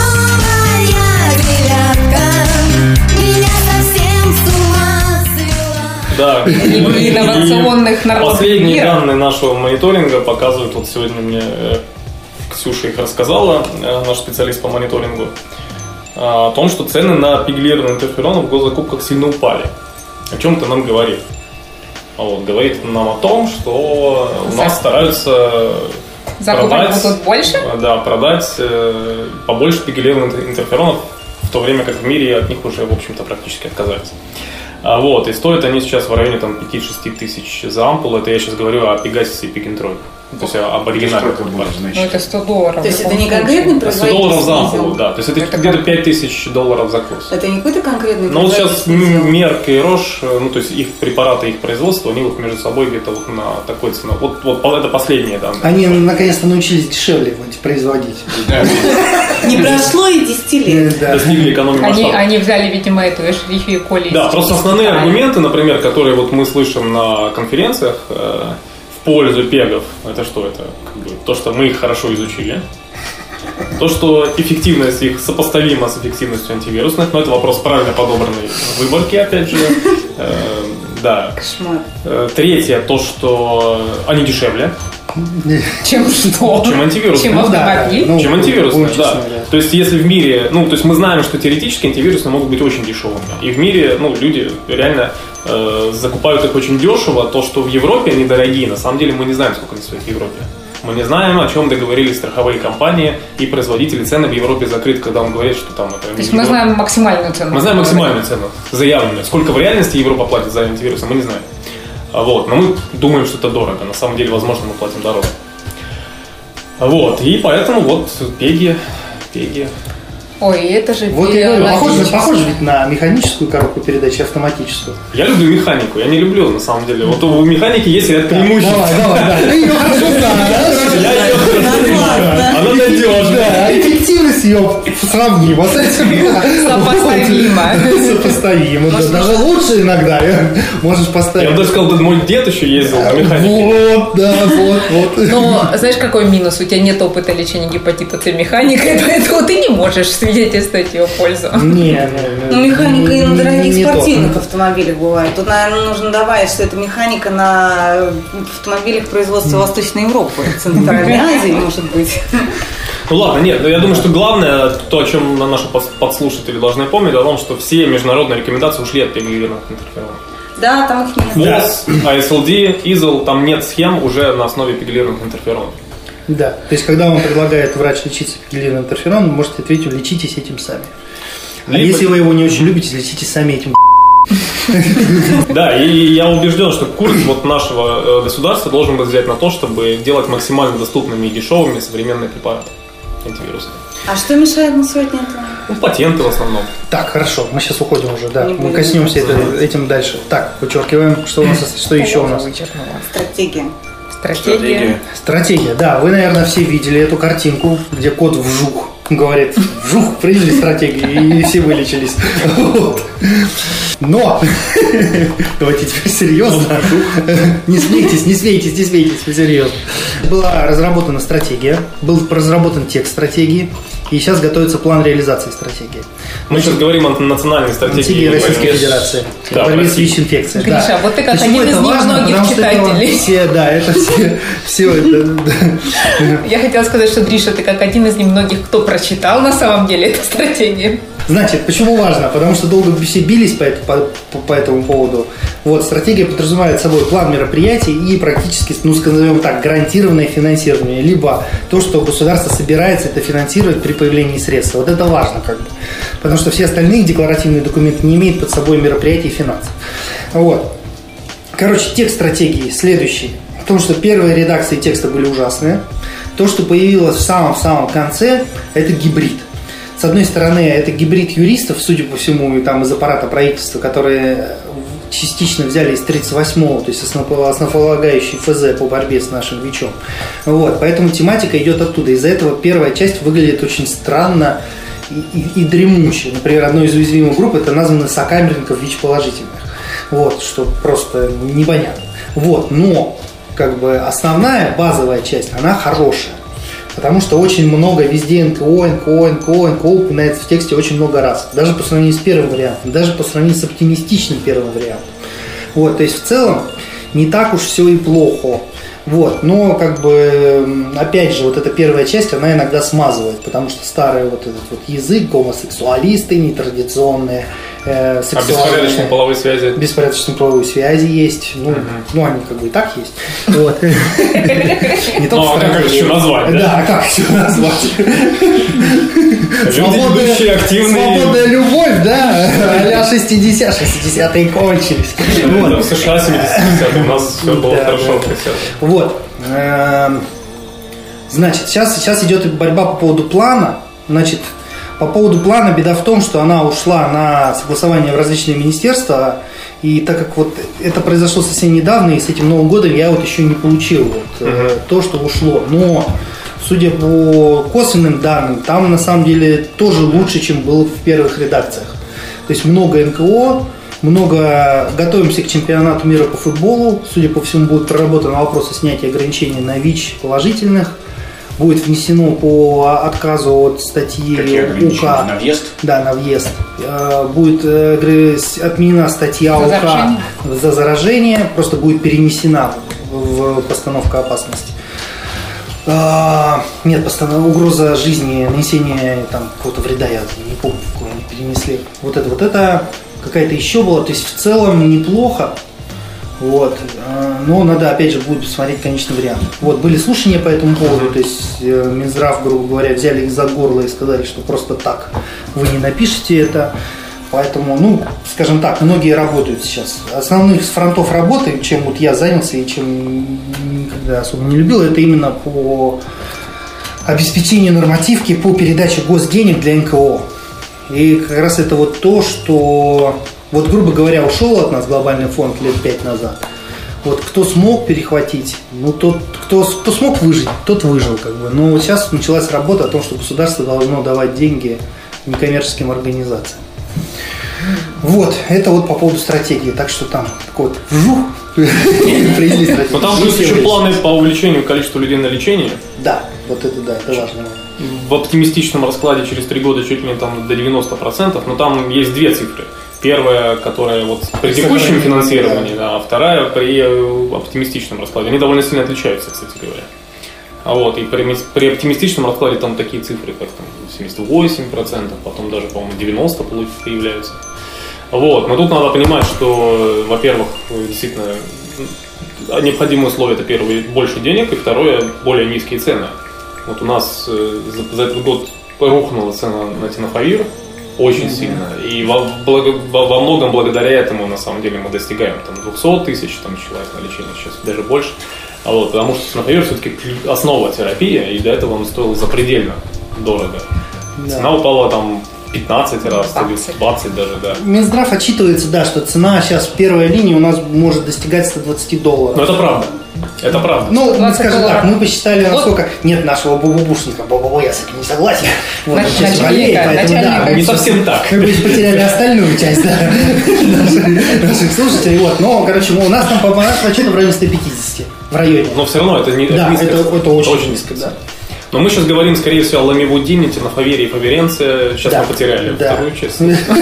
вишневая девятка меня совсем с ума свела. Да. И инновационных И народов Последние мира. данные нашего мониторинга показывают, вот сегодня мне э, Ксюша их рассказала, э, наш специалист по мониторингу, э, о том, что цены на пегелированные интерфероны в госзакупках сильно упали. О чем это нам говорит? Вот, говорит нам о том, что у нас За- стараются Закупать продать, будут больше? Да, продать э, побольше пегелированных интерферонов, в то время как в мире от них уже, в общем-то, практически отказались. А, вот, и стоят они сейчас в районе там, пять-шесть тысяч за ампулу. Это я сейчас говорю о Пегасисе и Пегентрой. То есть об оригинале. Ну, это сто долларов. То есть в это любом не случае. конкретный сто производитель долларов за снизил? ампулу, да. То есть это, Это где-то как? пять тысяч долларов за курс. Это не какой-то конкретный Но вот производитель сейчас снизил? Мерк и Рош, ну то есть их препараты, их производство, они вот между собой где-то вот на такой цене. Вот, вот это последние данные. Они наконец-то научились дешевле производить. Не прошло и десяти лет. Да. Достигли экономии Они, масштаба. они взяли, видимо, эту Эшрифи и Коли. Да, просто основные аргументы, например, которые вот мы слышим на конференциях э, в пользу пегов, это что? Это как бы то, что мы их хорошо изучили. То, что эффективность их сопоставима с эффективностью антивирусных, но это вопрос правильно подобранной выборки, опять же. Э, да. Кошмар. Э, Третье, то, что они дешевле, Чем что? чем антивирусные. Чем Ну да, автомобиль? ну, чем антивирусные, будем да. честны, да. То есть, если в мире, ну, то есть мы знаем, что теоретически антивирусные могут быть очень дешевыми. И в мире, ну, люди реально э, закупают их очень дешево. То, что в Европе они дорогие, на самом деле мы не знаем, сколько они стоят в Европе. Мы не знаем, о чем договорились страховые компании и производители. Цены в Европе закрыты, когда он говорит, что там это... То есть мы знаем максимальную цену. Мы знаем максимальную цену, заявленную. Сколько в реальности Европа платит за антивирусы, мы не знаем. А Вот. Но мы думаем, что это дорого. На самом деле, возможно, мы платим дорого. Вот. И поэтому вот пеги, пеги. Ой, это же Вот я говорю, похоже, биологически. похоже ведь на механическую коробку передач и автоматическую. Я люблю механику, я не люблю, на самом деле. Вот у механики есть ряд преимуществ. Давай, давай, да. Ты ее хорошо знаешь. Я ее понимаю. Она надежная. Да, эффективность ее сравнима с этим. Сопоставимо. Сопоставимо. Да, даже лучше иногда можешь Я поставить. бы даже сказал, да, мой дед еще ездил на механике. Вот, да, вот, вот. Но знаешь, какой минус? У тебя нет опыта лечения гепатита С механикой, поэтому ты не можешь свидетельствовать ее пользу. Не, Ну, механика и на дорогих не то. спортивных автомобилях бывает. Тут, наверное, нужно добавить, что это механика на автомобилях производства Восточной Европы, Центральной Азии, может быть. Ну ладно, нет, но я думаю, что главное, то, о чем наши пос- подслушатели должны помнить, о том, что все международные рекомендации ушли от пегелированных интерферонов. Да, там их нет. ВОЗ, эй эс эл ди, изол, там нет схем уже на основе пегелированных интерферонов. Да, то есть, когда вам предлагает врач лечиться пегелированным интерфероном, вы можете ответить, лечитесь этим сами. А Либо- если вы его не очень любите, лечитесь сами этим. Да, и я убежден, что курс вот нашего э, государства должен быть взять на то, чтобы делать максимально доступными и дешевыми современные препараты антивирусные. А что мешает на сегодня этому? Ну, патенты в основном. Так, хорошо, мы сейчас уходим уже, да, Не мы будем коснемся это- касаться. этим дальше. Так, вычеркиваем, что у нас, что еще у нас? Вычеркнула. Стратегия. Стратегия. Стратегия, да, вы, наверное, все видели эту картинку, где кот вжух говорит, вжух, приняли стратегию, и все вылечились. Вот. Но, давайте теперь серьезно, не смейтесь, не смейтесь, не смейтесь, серьезно. Была разработана стратегия, был разработан текст стратегии, и сейчас готовится план реализации стратегии. Мы сейчас говорим о национальной стратегии Стратегии Российской борьбы с- Федерации. Да, Борьбы с прости. ВИЧ-инфекцией. Гриша, да. вот ты как Почему один это из важно? немногих Потому что это читателей. все, да, это все, все это, да. Я хотела сказать, что, Гриша, ты как один из немногих, кто прочитал на самом деле эту стратегию. Значит, почему важно? Потому что долго все бились по, это- по, по- по этому поводу. Вот, стратегия подразумевает собой план мероприятий и практически, ну, назовем так, гарантированное финансирование. Либо то, что государство собирается это финансировать при появлении средств. Вот это важно, как бы. Потому что все остальные декларативные документы не имеют под собой мероприятий и финансов. Вот. Короче, текст стратегии следующий. В том, что первые редакции текста были ужасные. То, что появилось в самом-самом конце, это гибрид. С одной стороны, это гибрид юристов, судя по всему, и там из аппарата правительства, которые частично взяли из тридцать восьмого, то есть основополагающий эф зэ по борьбе с нашим ВИЧом. Вот, поэтому тематика идет оттуда. Из-за этого первая часть выглядит очень странно и, и, и дремуче. Например, одной из уязвимых групп это названо сокамерников ВИЧ-положительных. Вот, что просто непонятно. Вот, но как бы основная базовая часть, она хорошая. Потому что очень много везде эн ка о, эн ка о, эн ка о, эн ка о упоминается в тексте очень много раз. Даже по сравнению с первым вариантом, даже по сравнению с оптимистичным первым вариантом. Вот, то есть в целом не так уж все и плохо. Вот, но как бы опять же вот эта первая часть, она иногда смазывает, потому что старый вот этот вот язык, гомосексуалисты, нетрадиционные, э, сексуальные. А беспорядочные половые связи? Беспорядочные половые связи есть, ну, uh-huh. ну они как бы и так есть. Вот. Ну а как еще назвать? Да, а как еще назвать? Люди, активные. Свободная любовь, да, а-ля шестидесятые, шестидесятые кончились. В США семидесятые, у нас все было хорошо. Вот. Значит, сейчас, сейчас идет борьба по поводу плана. Значит, по поводу плана беда в том, что она ушла на согласование в различные министерства. И так как вот это произошло совсем недавно, и с этим Новым годом я вот еще не получил вот, uh-huh. то, что ушло. Но, судя по косвенным данным, там на самом деле тоже лучше, чем было в первых редакциях. То есть много эн ка о, много готовимся к чемпионату мира по футболу. Судя по всему, будут проработаны вопросы снятия ограничений на ВИЧ положительных. Будет внесено по отказу от статьи УК. На въезд? Да, на въезд. Будет отменена статья УК за заражение. Просто будет перенесена в постановку опасности. Нет, постанов... угроза жизни, нанесение там, какого-то вреда, я не помню, кого они перенесли. Вот это, вот это какая-то еще была. То есть в целом неплохо. Вот. Но надо, опять же, будет посмотреть конечный вариант. Вот, были слушания по этому поводу, то есть Минздрав, грубо говоря, взяли их за горло и сказали, что просто так вы не напишете это. Поэтому, ну, скажем так, многие работают сейчас. Основных фронтов работы, чем вот я занялся и чем никогда особо не любил, это именно по обеспечению нормативки по передаче госденег для эн ка о. И как раз это вот то, что... Вот, грубо говоря, ушел от нас глобальный фонд лет пять назад. Вот кто смог перехватить, ну тот, кто, кто смог выжить, тот выжил, как бы. Но вот сейчас началась работа о том, что государство должно давать деньги некоммерческим организациям. Вот, это вот по поводу стратегии. Так что там такой вот вжух, привезли стратегию. Но там плюс еще планы по увеличению количества людей на лечение. Да, вот это да, это важно. В оптимистичном раскладе через три года чуть ли не там до девяносто процентов, но там есть две цифры. Первая, которая вот при текущем финансировании, да, а вторая при оптимистичном раскладе. Они довольно сильно отличаются, кстати говоря. А вот, и при, при оптимистичном раскладе там такие цифры, как там семьдесят восемь процентов, потом даже, по-моему, девяносто процентов появляются. Вот, но тут надо понимать, что, во-первых, действительно, необходимые условия — это первое, больше денег, и второе, более низкие цены. Вот у нас за, за этот год рухнула цена на тенофовир очень mm-hmm. сильно, и во, благо, во, во многом благодаря этому, на самом деле, мы достигаем там двухсот тысяч там, человек на лечение, сейчас даже больше. А вот, потому что тенофовир все-таки основа терапии, и до этого он стоил запредельно дорого. Да. Цена упала там пятнадцать раз, двадцать. двадцать даже, да. Минздрав отчитывается, да, что цена сейчас в первой линии у нас может достигать сто двадцать долларов. Но это правда. Это правда. Ну, скажем так, мы посчитали, насколько вот. Нет нашего бабубушника. Бабу, я с этим не согласен. Вот, сейчас болеет, поэтому да. Не совсем так. Мы потеряли остальную часть, да, наших слушателей. Вот, но, короче, у нас там по нашему отчету в районе сто пятьдесят. В районе. Но все равно это не да, низко. Это, это очень, очень низко, да. Но мы сейчас говорим, скорее всего, о ламивудине, тенофовере и фаверенце. Сейчас да. мы потеряли да. вторую часть.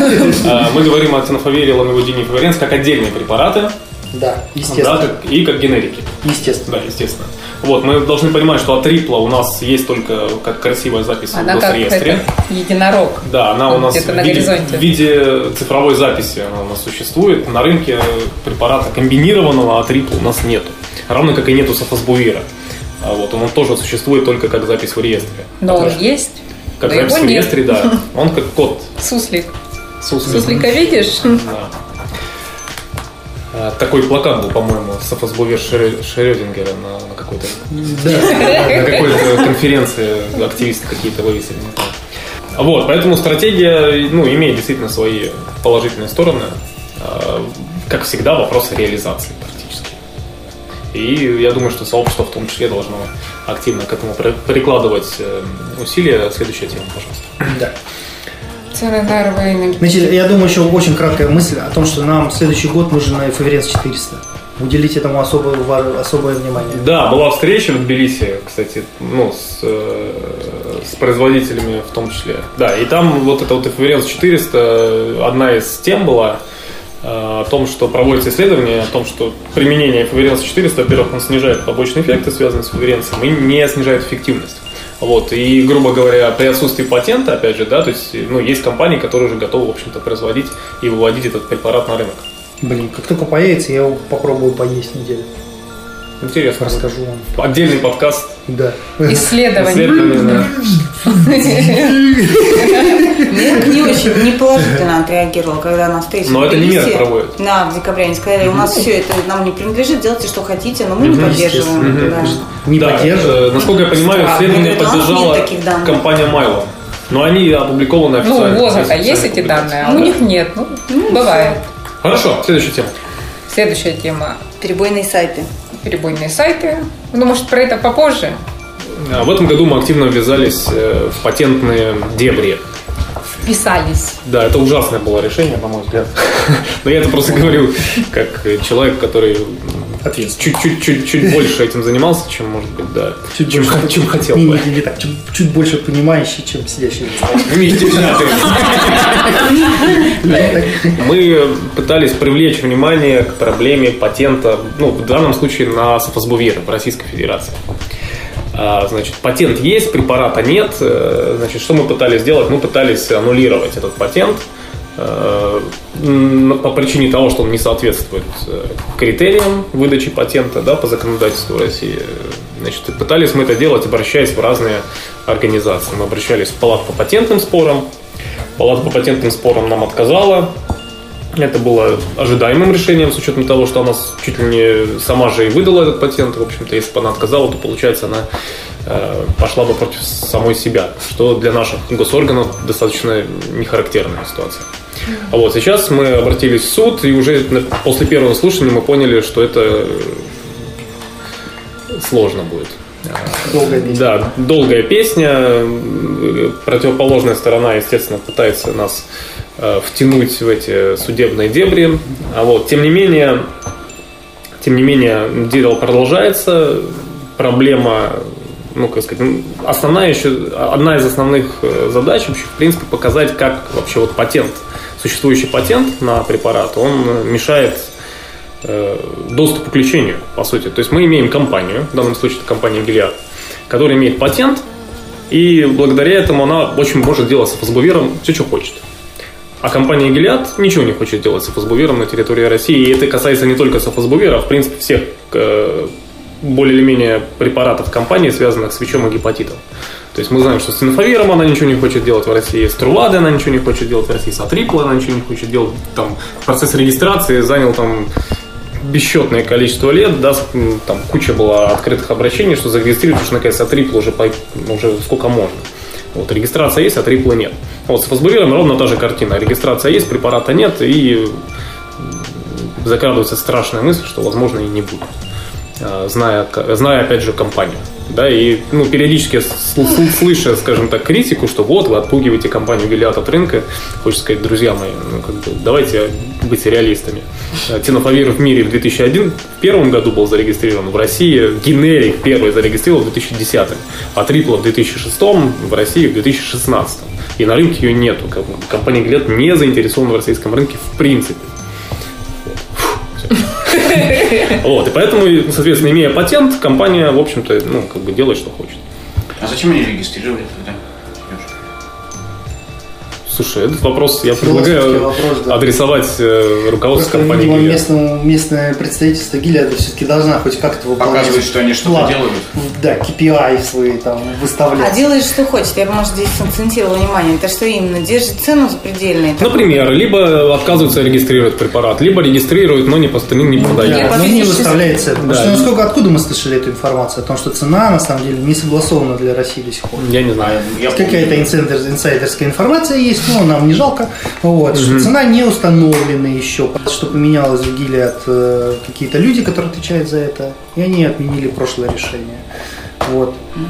Мы говорим о тенофовере, ламивудине и фаверенце как отдельные препараты. Да, естественно. Да, как, и как генерики. Естественно. Да, естественно. Вот, мы должны понимать, что от трипла у нас есть только как красивая запись она в госреестре. Как единорог. Да, она у нас в виде, в виде цифровой записи она у нас существует. На рынке препарата комбинированного от трипла у нас нету. Равно как и нету софосбувира. А вот он тоже существует только как запись в реестре. Но он есть. Как но запись в реестре, да. Он как код. Суслик. Суслик. Суслика видишь? Да. Такой плакат был, по-моему, софосбувир Шрёдингера на, на какой-то да. на какой-то конференции активисты какие-то вывесили. Вот, поэтому стратегия, ну, имеет действительно свои положительные стороны. Как всегда, вопрос реализации практически. И я думаю, что сообщество в том числе должно активно к этому прикладывать усилия. Следующая тема, пожалуйста. Да. В Санитар военный. Значит, я думаю, еще очень краткая мысль о том, что нам следующий год нужен на Эфевренс четыреста. Уделить этому особое, особое внимание. Да, была встреча в Тбилиси, кстати, ну, с, э, с производителями в том числе. Да, и там вот это вот Эфевренс четыреста, одна из тем была э, о том, что проводятся исследования, о том, что применение Эфевренс четыреста, во-первых, он снижает побочные эффекты, связанные с эфевренсом, и не снижает эффективность. Вот, и, грубо говоря, при отсутствии патента, опять же, да, то есть, ну, есть компании, которые уже готовы, в общем-то, производить и выводить этот препарат на рынок. Блин, как только появится, я его попробую поесть неделю. Интересно. Расскажу вам. Отдельный подкаст. Да. Исследование. Исследование, да. Мир не очень, не положительно отреагировал, когда на встрече. Но это не мер проводит. Да, в декабре они сказали, у нас все это нам не принадлежит, делайте что хотите, но мы не поддерживаем. Да. Не Да, поддерживаю. э, насколько я понимаю, А, исследование ну, у нас нет поддержала таких данных. компания Milo. Но они опубликованы Ну, официально. у ВОЗа-то Официально есть эти публикации. данные, а у них нет. Ну, бывает. Хорошо, следующая тема. Следующая тема. Перебойные сайты. Перебойные сайты. Ну, может, про это попозже? А В этом году мы активно ввязались э, в патентные дебри. Вписались. Да, это ужасное было решение, на мой взгляд. Но я это просто говорю как человек, который чуть-чуть чуть больше этим занимался, чем, может быть, да, Чуть чем, больше. чем хотел Не, бы. не, не так, чуть, чуть больше понимающий, чем сидящий. Вместе взятые. Мы пытались привлечь внимание к проблеме патента, ну, в данном случае на софосбувир в Российской Федерации. А, Значит, патент есть, препарата нет. Э, Значит, что мы пытались сделать? Мы пытались аннулировать этот патент э, м, по причине того, что он не соответствует э, критериям выдачи патента, да, по законодательству России. Значит, пытались мы это делать, обращаясь в разные организации. Мы обращались в Палату по патентным спорам. Палата по патентным спорам нам отказала. Это было ожидаемым решением, с учетом того, что она чуть ли не сама же и выдала этот патент. В общем-то, если бы она отказала, то, получается, она э, пошла бы против самой себя, что для наших госорганов достаточно нехарактерная ситуация. А вот сейчас мы обратились в суд, и уже после первого слушания мы поняли, что это сложно будет. Долгая песня. Да, долгая песня. Противоположная сторона, естественно, пытается нас э, втянуть в эти судебные дебри. А вот, тем не менее, тем не менее, дело продолжается. Проблема, ну, как сказать, основная еще, одна из основных задач вообще, в принципе, показать, как вообще вот патент, существующий патент на препарат, он мешает доступу к лечению, по сути. То есть мы имеем компанию, в данном случае это компания Gilead, которая имеет патент, и благодаря этому она очень может делать с софосбувиром все, что хочет. А компания Gilead ничего не хочет делать с софосбувиром на территории России. И это касается не только софосбувира, а в принципе всех более или менее препаратов компании, связанных с ВИЧом и гепатитом. То есть мы знаем, что с синофовиром она ничего не хочет делать в России, с Трувадой она ничего не хочет делать в России, с Атриплой она ничего не хочет делать. Там процесс регистрации занял там бесчетное количество лет, да, там куча была открытых обращений, что зарегистрировать уж наконец Атрипла уже, уже сколько можно. Вот, регистрация есть, а трипла нет. Вот, с фосбувиром ровно та же картина. Регистрация есть, препарата нет, и закрадывается страшная мысль, что, возможно, и не будет. Зная, зная опять же, компанию. Да, и ну, периодически слыша, скажем так, критику, что вот вы отпугиваете компанию Gilead от рынка, хочется сказать, друзья мои, ну, как бы, давайте быть реалистами. Тинофовир в мире в две тысячи первом году был зарегистрирован, в России генерик первый зарегистрирован в две тысячи десятом, а трипла в две тысячи шестом, в России в две тысячи шестнадцатом. И на рынке ее нету. Компания Gilead не заинтересована в российском рынке в принципе. Вот, и поэтому, соответственно, имея патент, компания, в общем-то, ну, как бы делает, что хочет. А зачем они регистрировали тогда? Слушай, этот вопрос я предлагаю вопрос, да. адресовать э, руководству Просто, компании Gilead. Местное, местное представительство Gilead все-таки должна хоть как-то выполнять. Показывать, что они что-то делают. Да, кей пи ай свои там выставлять. А делает, что хочет. Я бы, может, здесь акцентировала внимание. Это что именно? Держит цену запредельной? Например, либо отказывается регистрировать препарат, либо регистрирует, но не, постоянно не продает. Да, но не выставляет цену. Да. Потому что, насколько, откуда мы слышали эту информацию? О том, что цена, на самом деле, не согласована для России до сих пор. Я не знаю. Я Какая-то инсайдер, инсайдерская информация есть, но нам не жалко. Вот, Mm-hmm. что цена не установлена еще, что поменялось в Gilead э, какие-то люди, которые отвечают за это, и они отменили прошлое решение. Вот.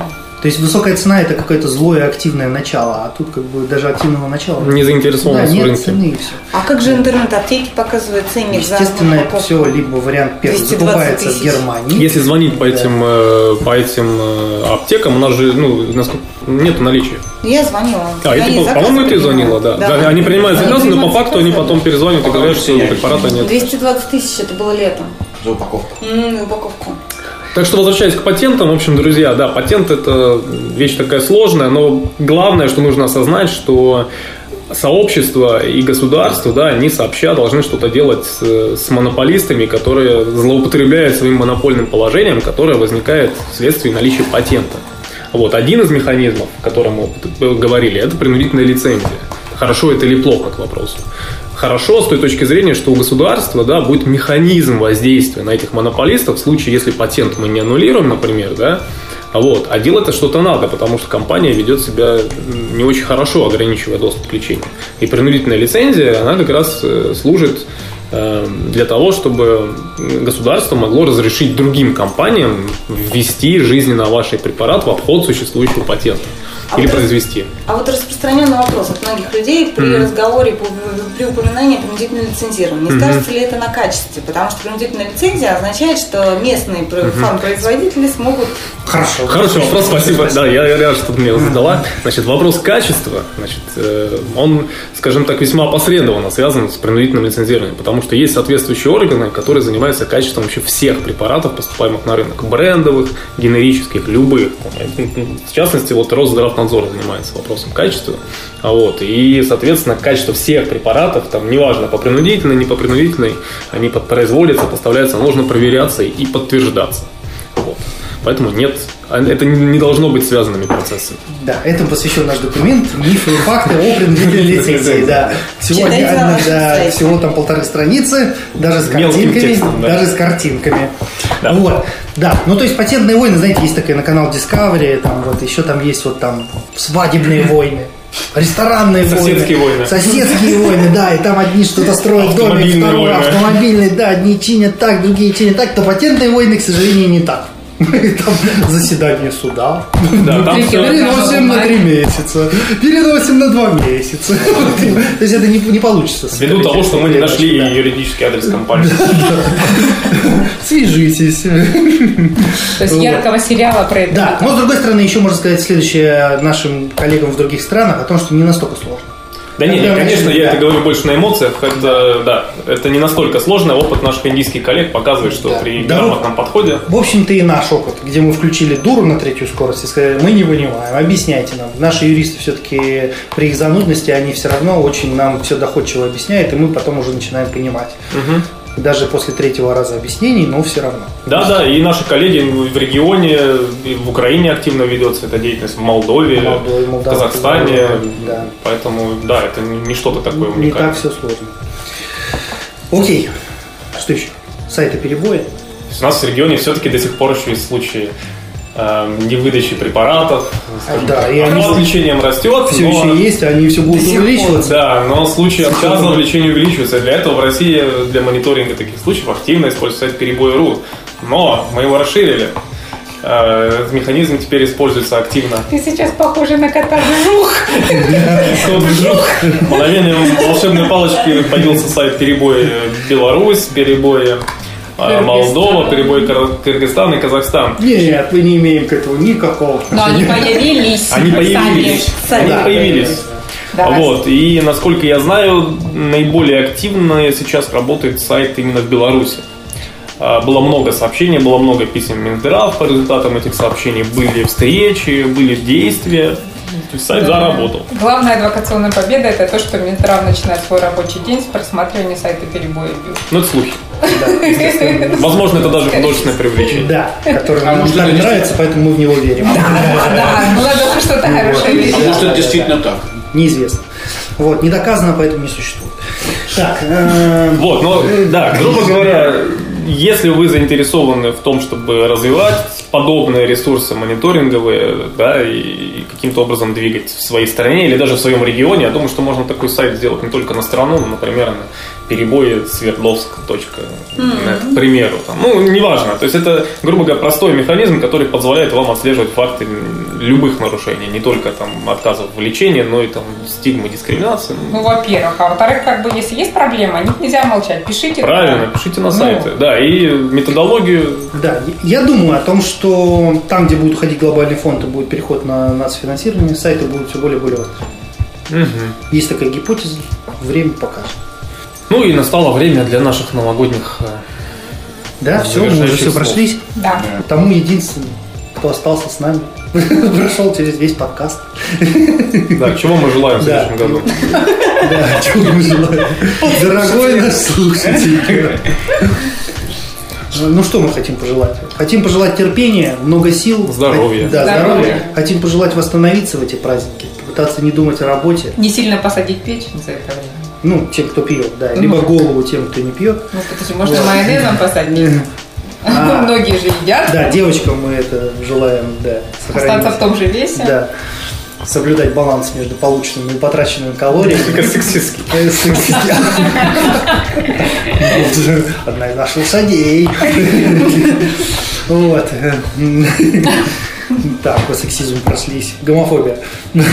То есть высокая цена – это какое-то злое активное начало, а тут как бы даже активного начала не заинтересован да, в нет рынке. цены и все. А как же интернет-аптеки показывают ценник за Естественно, это упаковку? все либо вариант первый двести двадцать закупается в тысяч. Германии. Если звонить по Да. этим, э, по этим э, аптекам, у нас же ну, насколько, нету наличия. Я звонила. А, это, Они по- заказы по-моему, и ты принимают. звонила, да. Да, Они принимают Они заказы, но по принимают факту они заказы. потом перезванивают и говорят, что препарата нет. двести двадцать тысяч это было летом. За упаковку. М, упаковку. Так что, возвращаясь к патентам, в общем, друзья, да, патент – это вещь такая сложная, но главное, что нужно осознать, что сообщество и государство, да, они сообща должны что-то делать с, с монополистами, которые злоупотребляют своим монопольным положением, которое возникает вследствие наличия патента. Вот. Один из механизмов, о котором мы говорили, это принудительная лицензия. Хорошо это или плохо, к вопросу. Хорошо с той точки зрения, что у государства, да, будет механизм воздействия на этих монополистов в случае, если патент мы не аннулируем, например, да, вот, а делать-то что-то надо, потому что компания ведет себя не очень хорошо, ограничивая доступ к лечению. И принудительная лицензия, она как раз э, служит э, для того, чтобы государство могло разрешить другим компаниям ввести жизненно ваши препарат в обход существующего патента. А Или вот произвести. А вот распространенный вопрос от многих людей при Мгм. разговоре, по- при упоминании принудительного лицензирования. Не Мгм. скажется ли это на качестве? Потому что принудительная лицензия означает, что местные про- фармпроизводители смогут... Хорошо. Хороший вопрос, спасибо. Да, я я рад, что ты мне его задала. Значит, вопрос качества, значит, э, он, скажем так, весьма опосредованно связан с принудительным лицензированием, потому что есть соответствующие органы, которые занимаются качеством вообще всех препаратов, поступаемых на рынок, брендовых, генерических, любых. В частности, вот Росздравнадзор занимается вопросом качества. А вот, и, соответственно, качество всех препаратов, там, неважно, по принудительной, не по принудительной, они подпроизводятся, поставляются, нужно проверяться и подтверждаться. Вот. Поэтому нет, это не должно быть связанными процессами. Да, этому посвящен наш документ «Мифы и факты о принудительной лицензии». Да. Всего, Читайте один- на нашем да, сайте. всего там полторы страницы, даже с Мелким картинками. текстом, да. Даже с картинками. Да. Вот. Да, ну то есть патентные войны, знаете, есть такая на канал Discovery, там вот еще там есть вот там свадебные войны. Ресторанные Соседские войны. войны. Соседские войны, да, и там одни что-то строят домик, Автомобильные второй войны. автомобильный, да, одни чинят так, другие чинят так, то патентные войны, к сожалению, не так. Там заседание суда. Да, там всё- Переносим на три месяца. Переносим на два месяца. То есть это не, не получится. Ввиду того, что мы не нашли Да. юридический адрес компании. Свяжитесь. То есть яркого сериала про это. Да, нет. но с другой стороны, еще можно сказать следующее нашим коллегам в других странах о том, что не настолько сложно. Да нет, Когда конечно, мы- я да. это говорю больше на эмоциях. Это, да, это не настолько сложно. Опыт наших индийских коллег показывает, что Да. при Да, грамотном подходе. В общем-то и наш опыт, где мы включили дуру на третью скорость и сказали, мы не понимаем, объясняйте нам. Наши юристы все-таки при их занудности, они все равно очень нам все доходчиво объясняют, и мы потом уже начинаем понимать. Мгм. Даже после третьего раза объяснений, но все равно. Да, да, и наши коллеги в регионе, и в Украине активно ведется эта деятельность, в Молдове, В Молдове, в Молдавии, Казахстане. да. Поэтому, да, это не не что-то такое Не уникальное. так все сложно. Окей. Что еще? Сайты перебои? То есть у нас в регионе все-таки до сих пор еще есть случаи э, невыдачи препаратов. скажем Да, так. и они Охват лечением растет, Все но... еще есть, они все будут До сих пор. увеличиваться. Да, но случаи отказа в лечении увеличиваются. Для этого в России для мониторинга таких случаев активно используется сайт перебой точка ру. Но мы его расширили. Э, Этот механизм теперь используется активно. Ты сейчас похожа на кота Жух. Кот вдруг мгновением волшебной палочки появился сайт перебой Беларусь, перебой э, Молдова, перебой Кыр- Кыргызстан и Казахстан. Нет, мы не имеем к этому никакого Но они отношения. появились. Они появились. Сами. Они Да, появились. Да. Вот. И, насколько я знаю, наиболее активно сейчас работает сайт именно в Беларуси. А, Было много сообщений, было много писем Минздрав по результатам этих сообщений. Были встречи, были действия. То есть сайт заработал. Главная адвокационная победа – это то, что Минздрав начинает свой рабочий день с просматривания сайта перебоя БИУ. Ну, это слухи. Возможно, это даже художественное привлечение. Да, который А нам может, так это нравится, поэтому мы в него верим. Да, была только что-то хорошее. А Да, может, это да, действительно так? Неизвестно. Вот, не доказано, поэтому не существует. Так, э, Вот, но, да, грубо говоря, если вы заинтересованы в том, чтобы развивать подобные ресурсы мониторинговые, да, и каким-то образом двигать в своей стране или даже в своем регионе, я думаю, что можно такой сайт сделать не только на страну, но, например, на перебои Свердловск, точка, mm-hmm. к примеру. Там. Ну, неважно. То есть это, грубо говоря, простой механизм, который позволяет вам отслеживать факты любых нарушений, не только там отказов в лечении, но и там стигмы, дискриминации. Ну, во-первых. А во-вторых, как бы, если есть проблема, о них нельзя молчать. Пишите. Правильно, туда. пишите на сайте. Ну. Да, и методологию. Да, я думаю о том, что там, где будет уходить глобальный фонд и будет переход на нацфинансирование, сайты будут все более и более острые. Угу. Есть такая гипотеза, время покажет. Ну и настало время для наших новогодних. Да, все, мы уже все прошлись. Да. Тому единственный, кто остался с нами, прошел через весь подкаст. Да, чего мы желаем в следующем году? Да, чего мы желаем. Дорогой наш слушатель. Ну что мы хотим пожелать? Хотим пожелать терпения, много сил. Здоровья. Да, здоровья. Хотим пожелать восстановиться в эти праздники, попытаться не думать о работе. Не сильно посадить печень за это время. Ну, тем, кто пьет, да. Либо голову тем, кто не пьет. Ну, подожди, можно вот. Майонезом посадить. А, многие же едят. Да, девочкам мы это желаем, да. Остаться в том же весе. Да. Соблюдать баланс между полученными и потраченными калориями. Только сексистский. Одна из наших лошадей. Вот. Так, по сексизму прошлись. Гомофобия. Не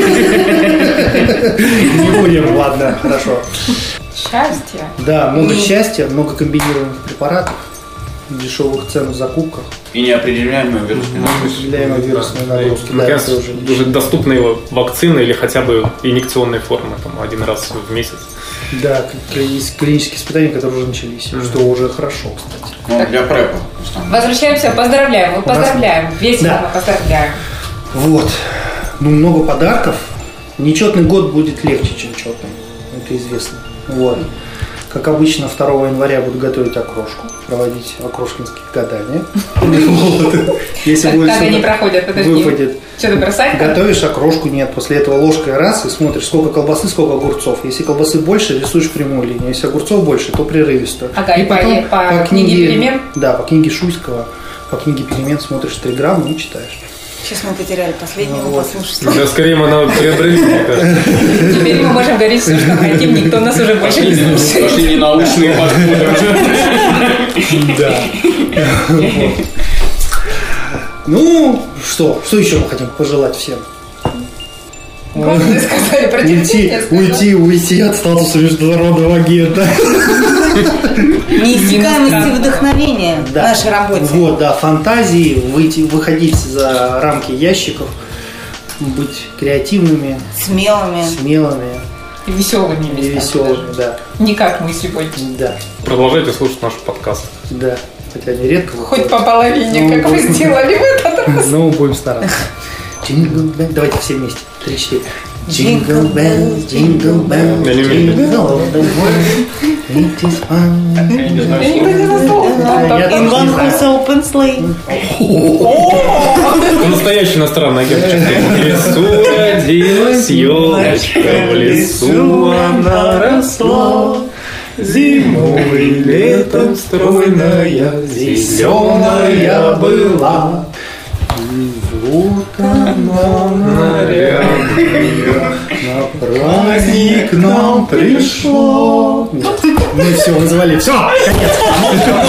будем, ладно, хорошо. Счастье. Да, много счастья, много комбинированных препаратов, дешевых цен в закупках. И неопределяемые вирусные нагрузки. Неопределяемые вирусные нагрузки. Да, наконец, да, уже, уже доступные вакцины или хотя бы инъекционные формы там, один раз в месяц. Да, есть клинические испытания, которые уже начались, mm-hmm. что уже хорошо, кстати. Ну, для препа. Возвращаемся, поздравляем, мы поздравляем, весело да. мы поздравляем. Вот, ну много подарков. Нечетный год будет легче, чем четный, это известно. Вот. Как обычно, второго января буду готовить окрошку, проводить окрошкинские гадания. Как они проходят? Подожди. Что-то бросать? Готовишь окрошку, нет. После этого ложкой раз и смотришь, сколько колбасы, сколько огурцов. Если колбасы больше, рисуешь прямую линию. Если огурцов больше, то прерывисто. Ага, и по книге «Перемен»? Да, по книге Шуйского, по книге «Перемен» смотришь три грамма и читаешь. Сейчас мы потеряли последнего вот. послушателя. Да, скорее мы надо приобрели. Теперь мы можем говорить все, что хотим, никто нас уже больше не слушает. Пошли ненаучные подходы. Да. Ну, что? Что еще мы хотим пожелать всем? Главное сказали про уйти, уйти, уйти от статуса международного агента. Неиссякаемости вдохновения в нашей работе. Вот, да, фантазии, выйти, выходить за рамки ящиков, быть креативными, смелыми, смелыми и веселыми. И веселыми, да. Не как мы сегодня. Да. Продолжайте слушать наш подкаст. Да. Хотя они редко выходят. Хоть по половине, ну, как вы сделали в этот раз. Ну, будем стараться. Давайте все вместе. Три-четыре. Jingle bells, jingle bells, jingle all the way. It is fun. In one who's open sleigh. Настоящий иностранный агент. В лесу родилась елочка, в лесу она росла. Зимой, летом стройная, зеленая была. Вот она нарядная, на праздник нам пришла. Нет, ну все, вызвали, все, конец.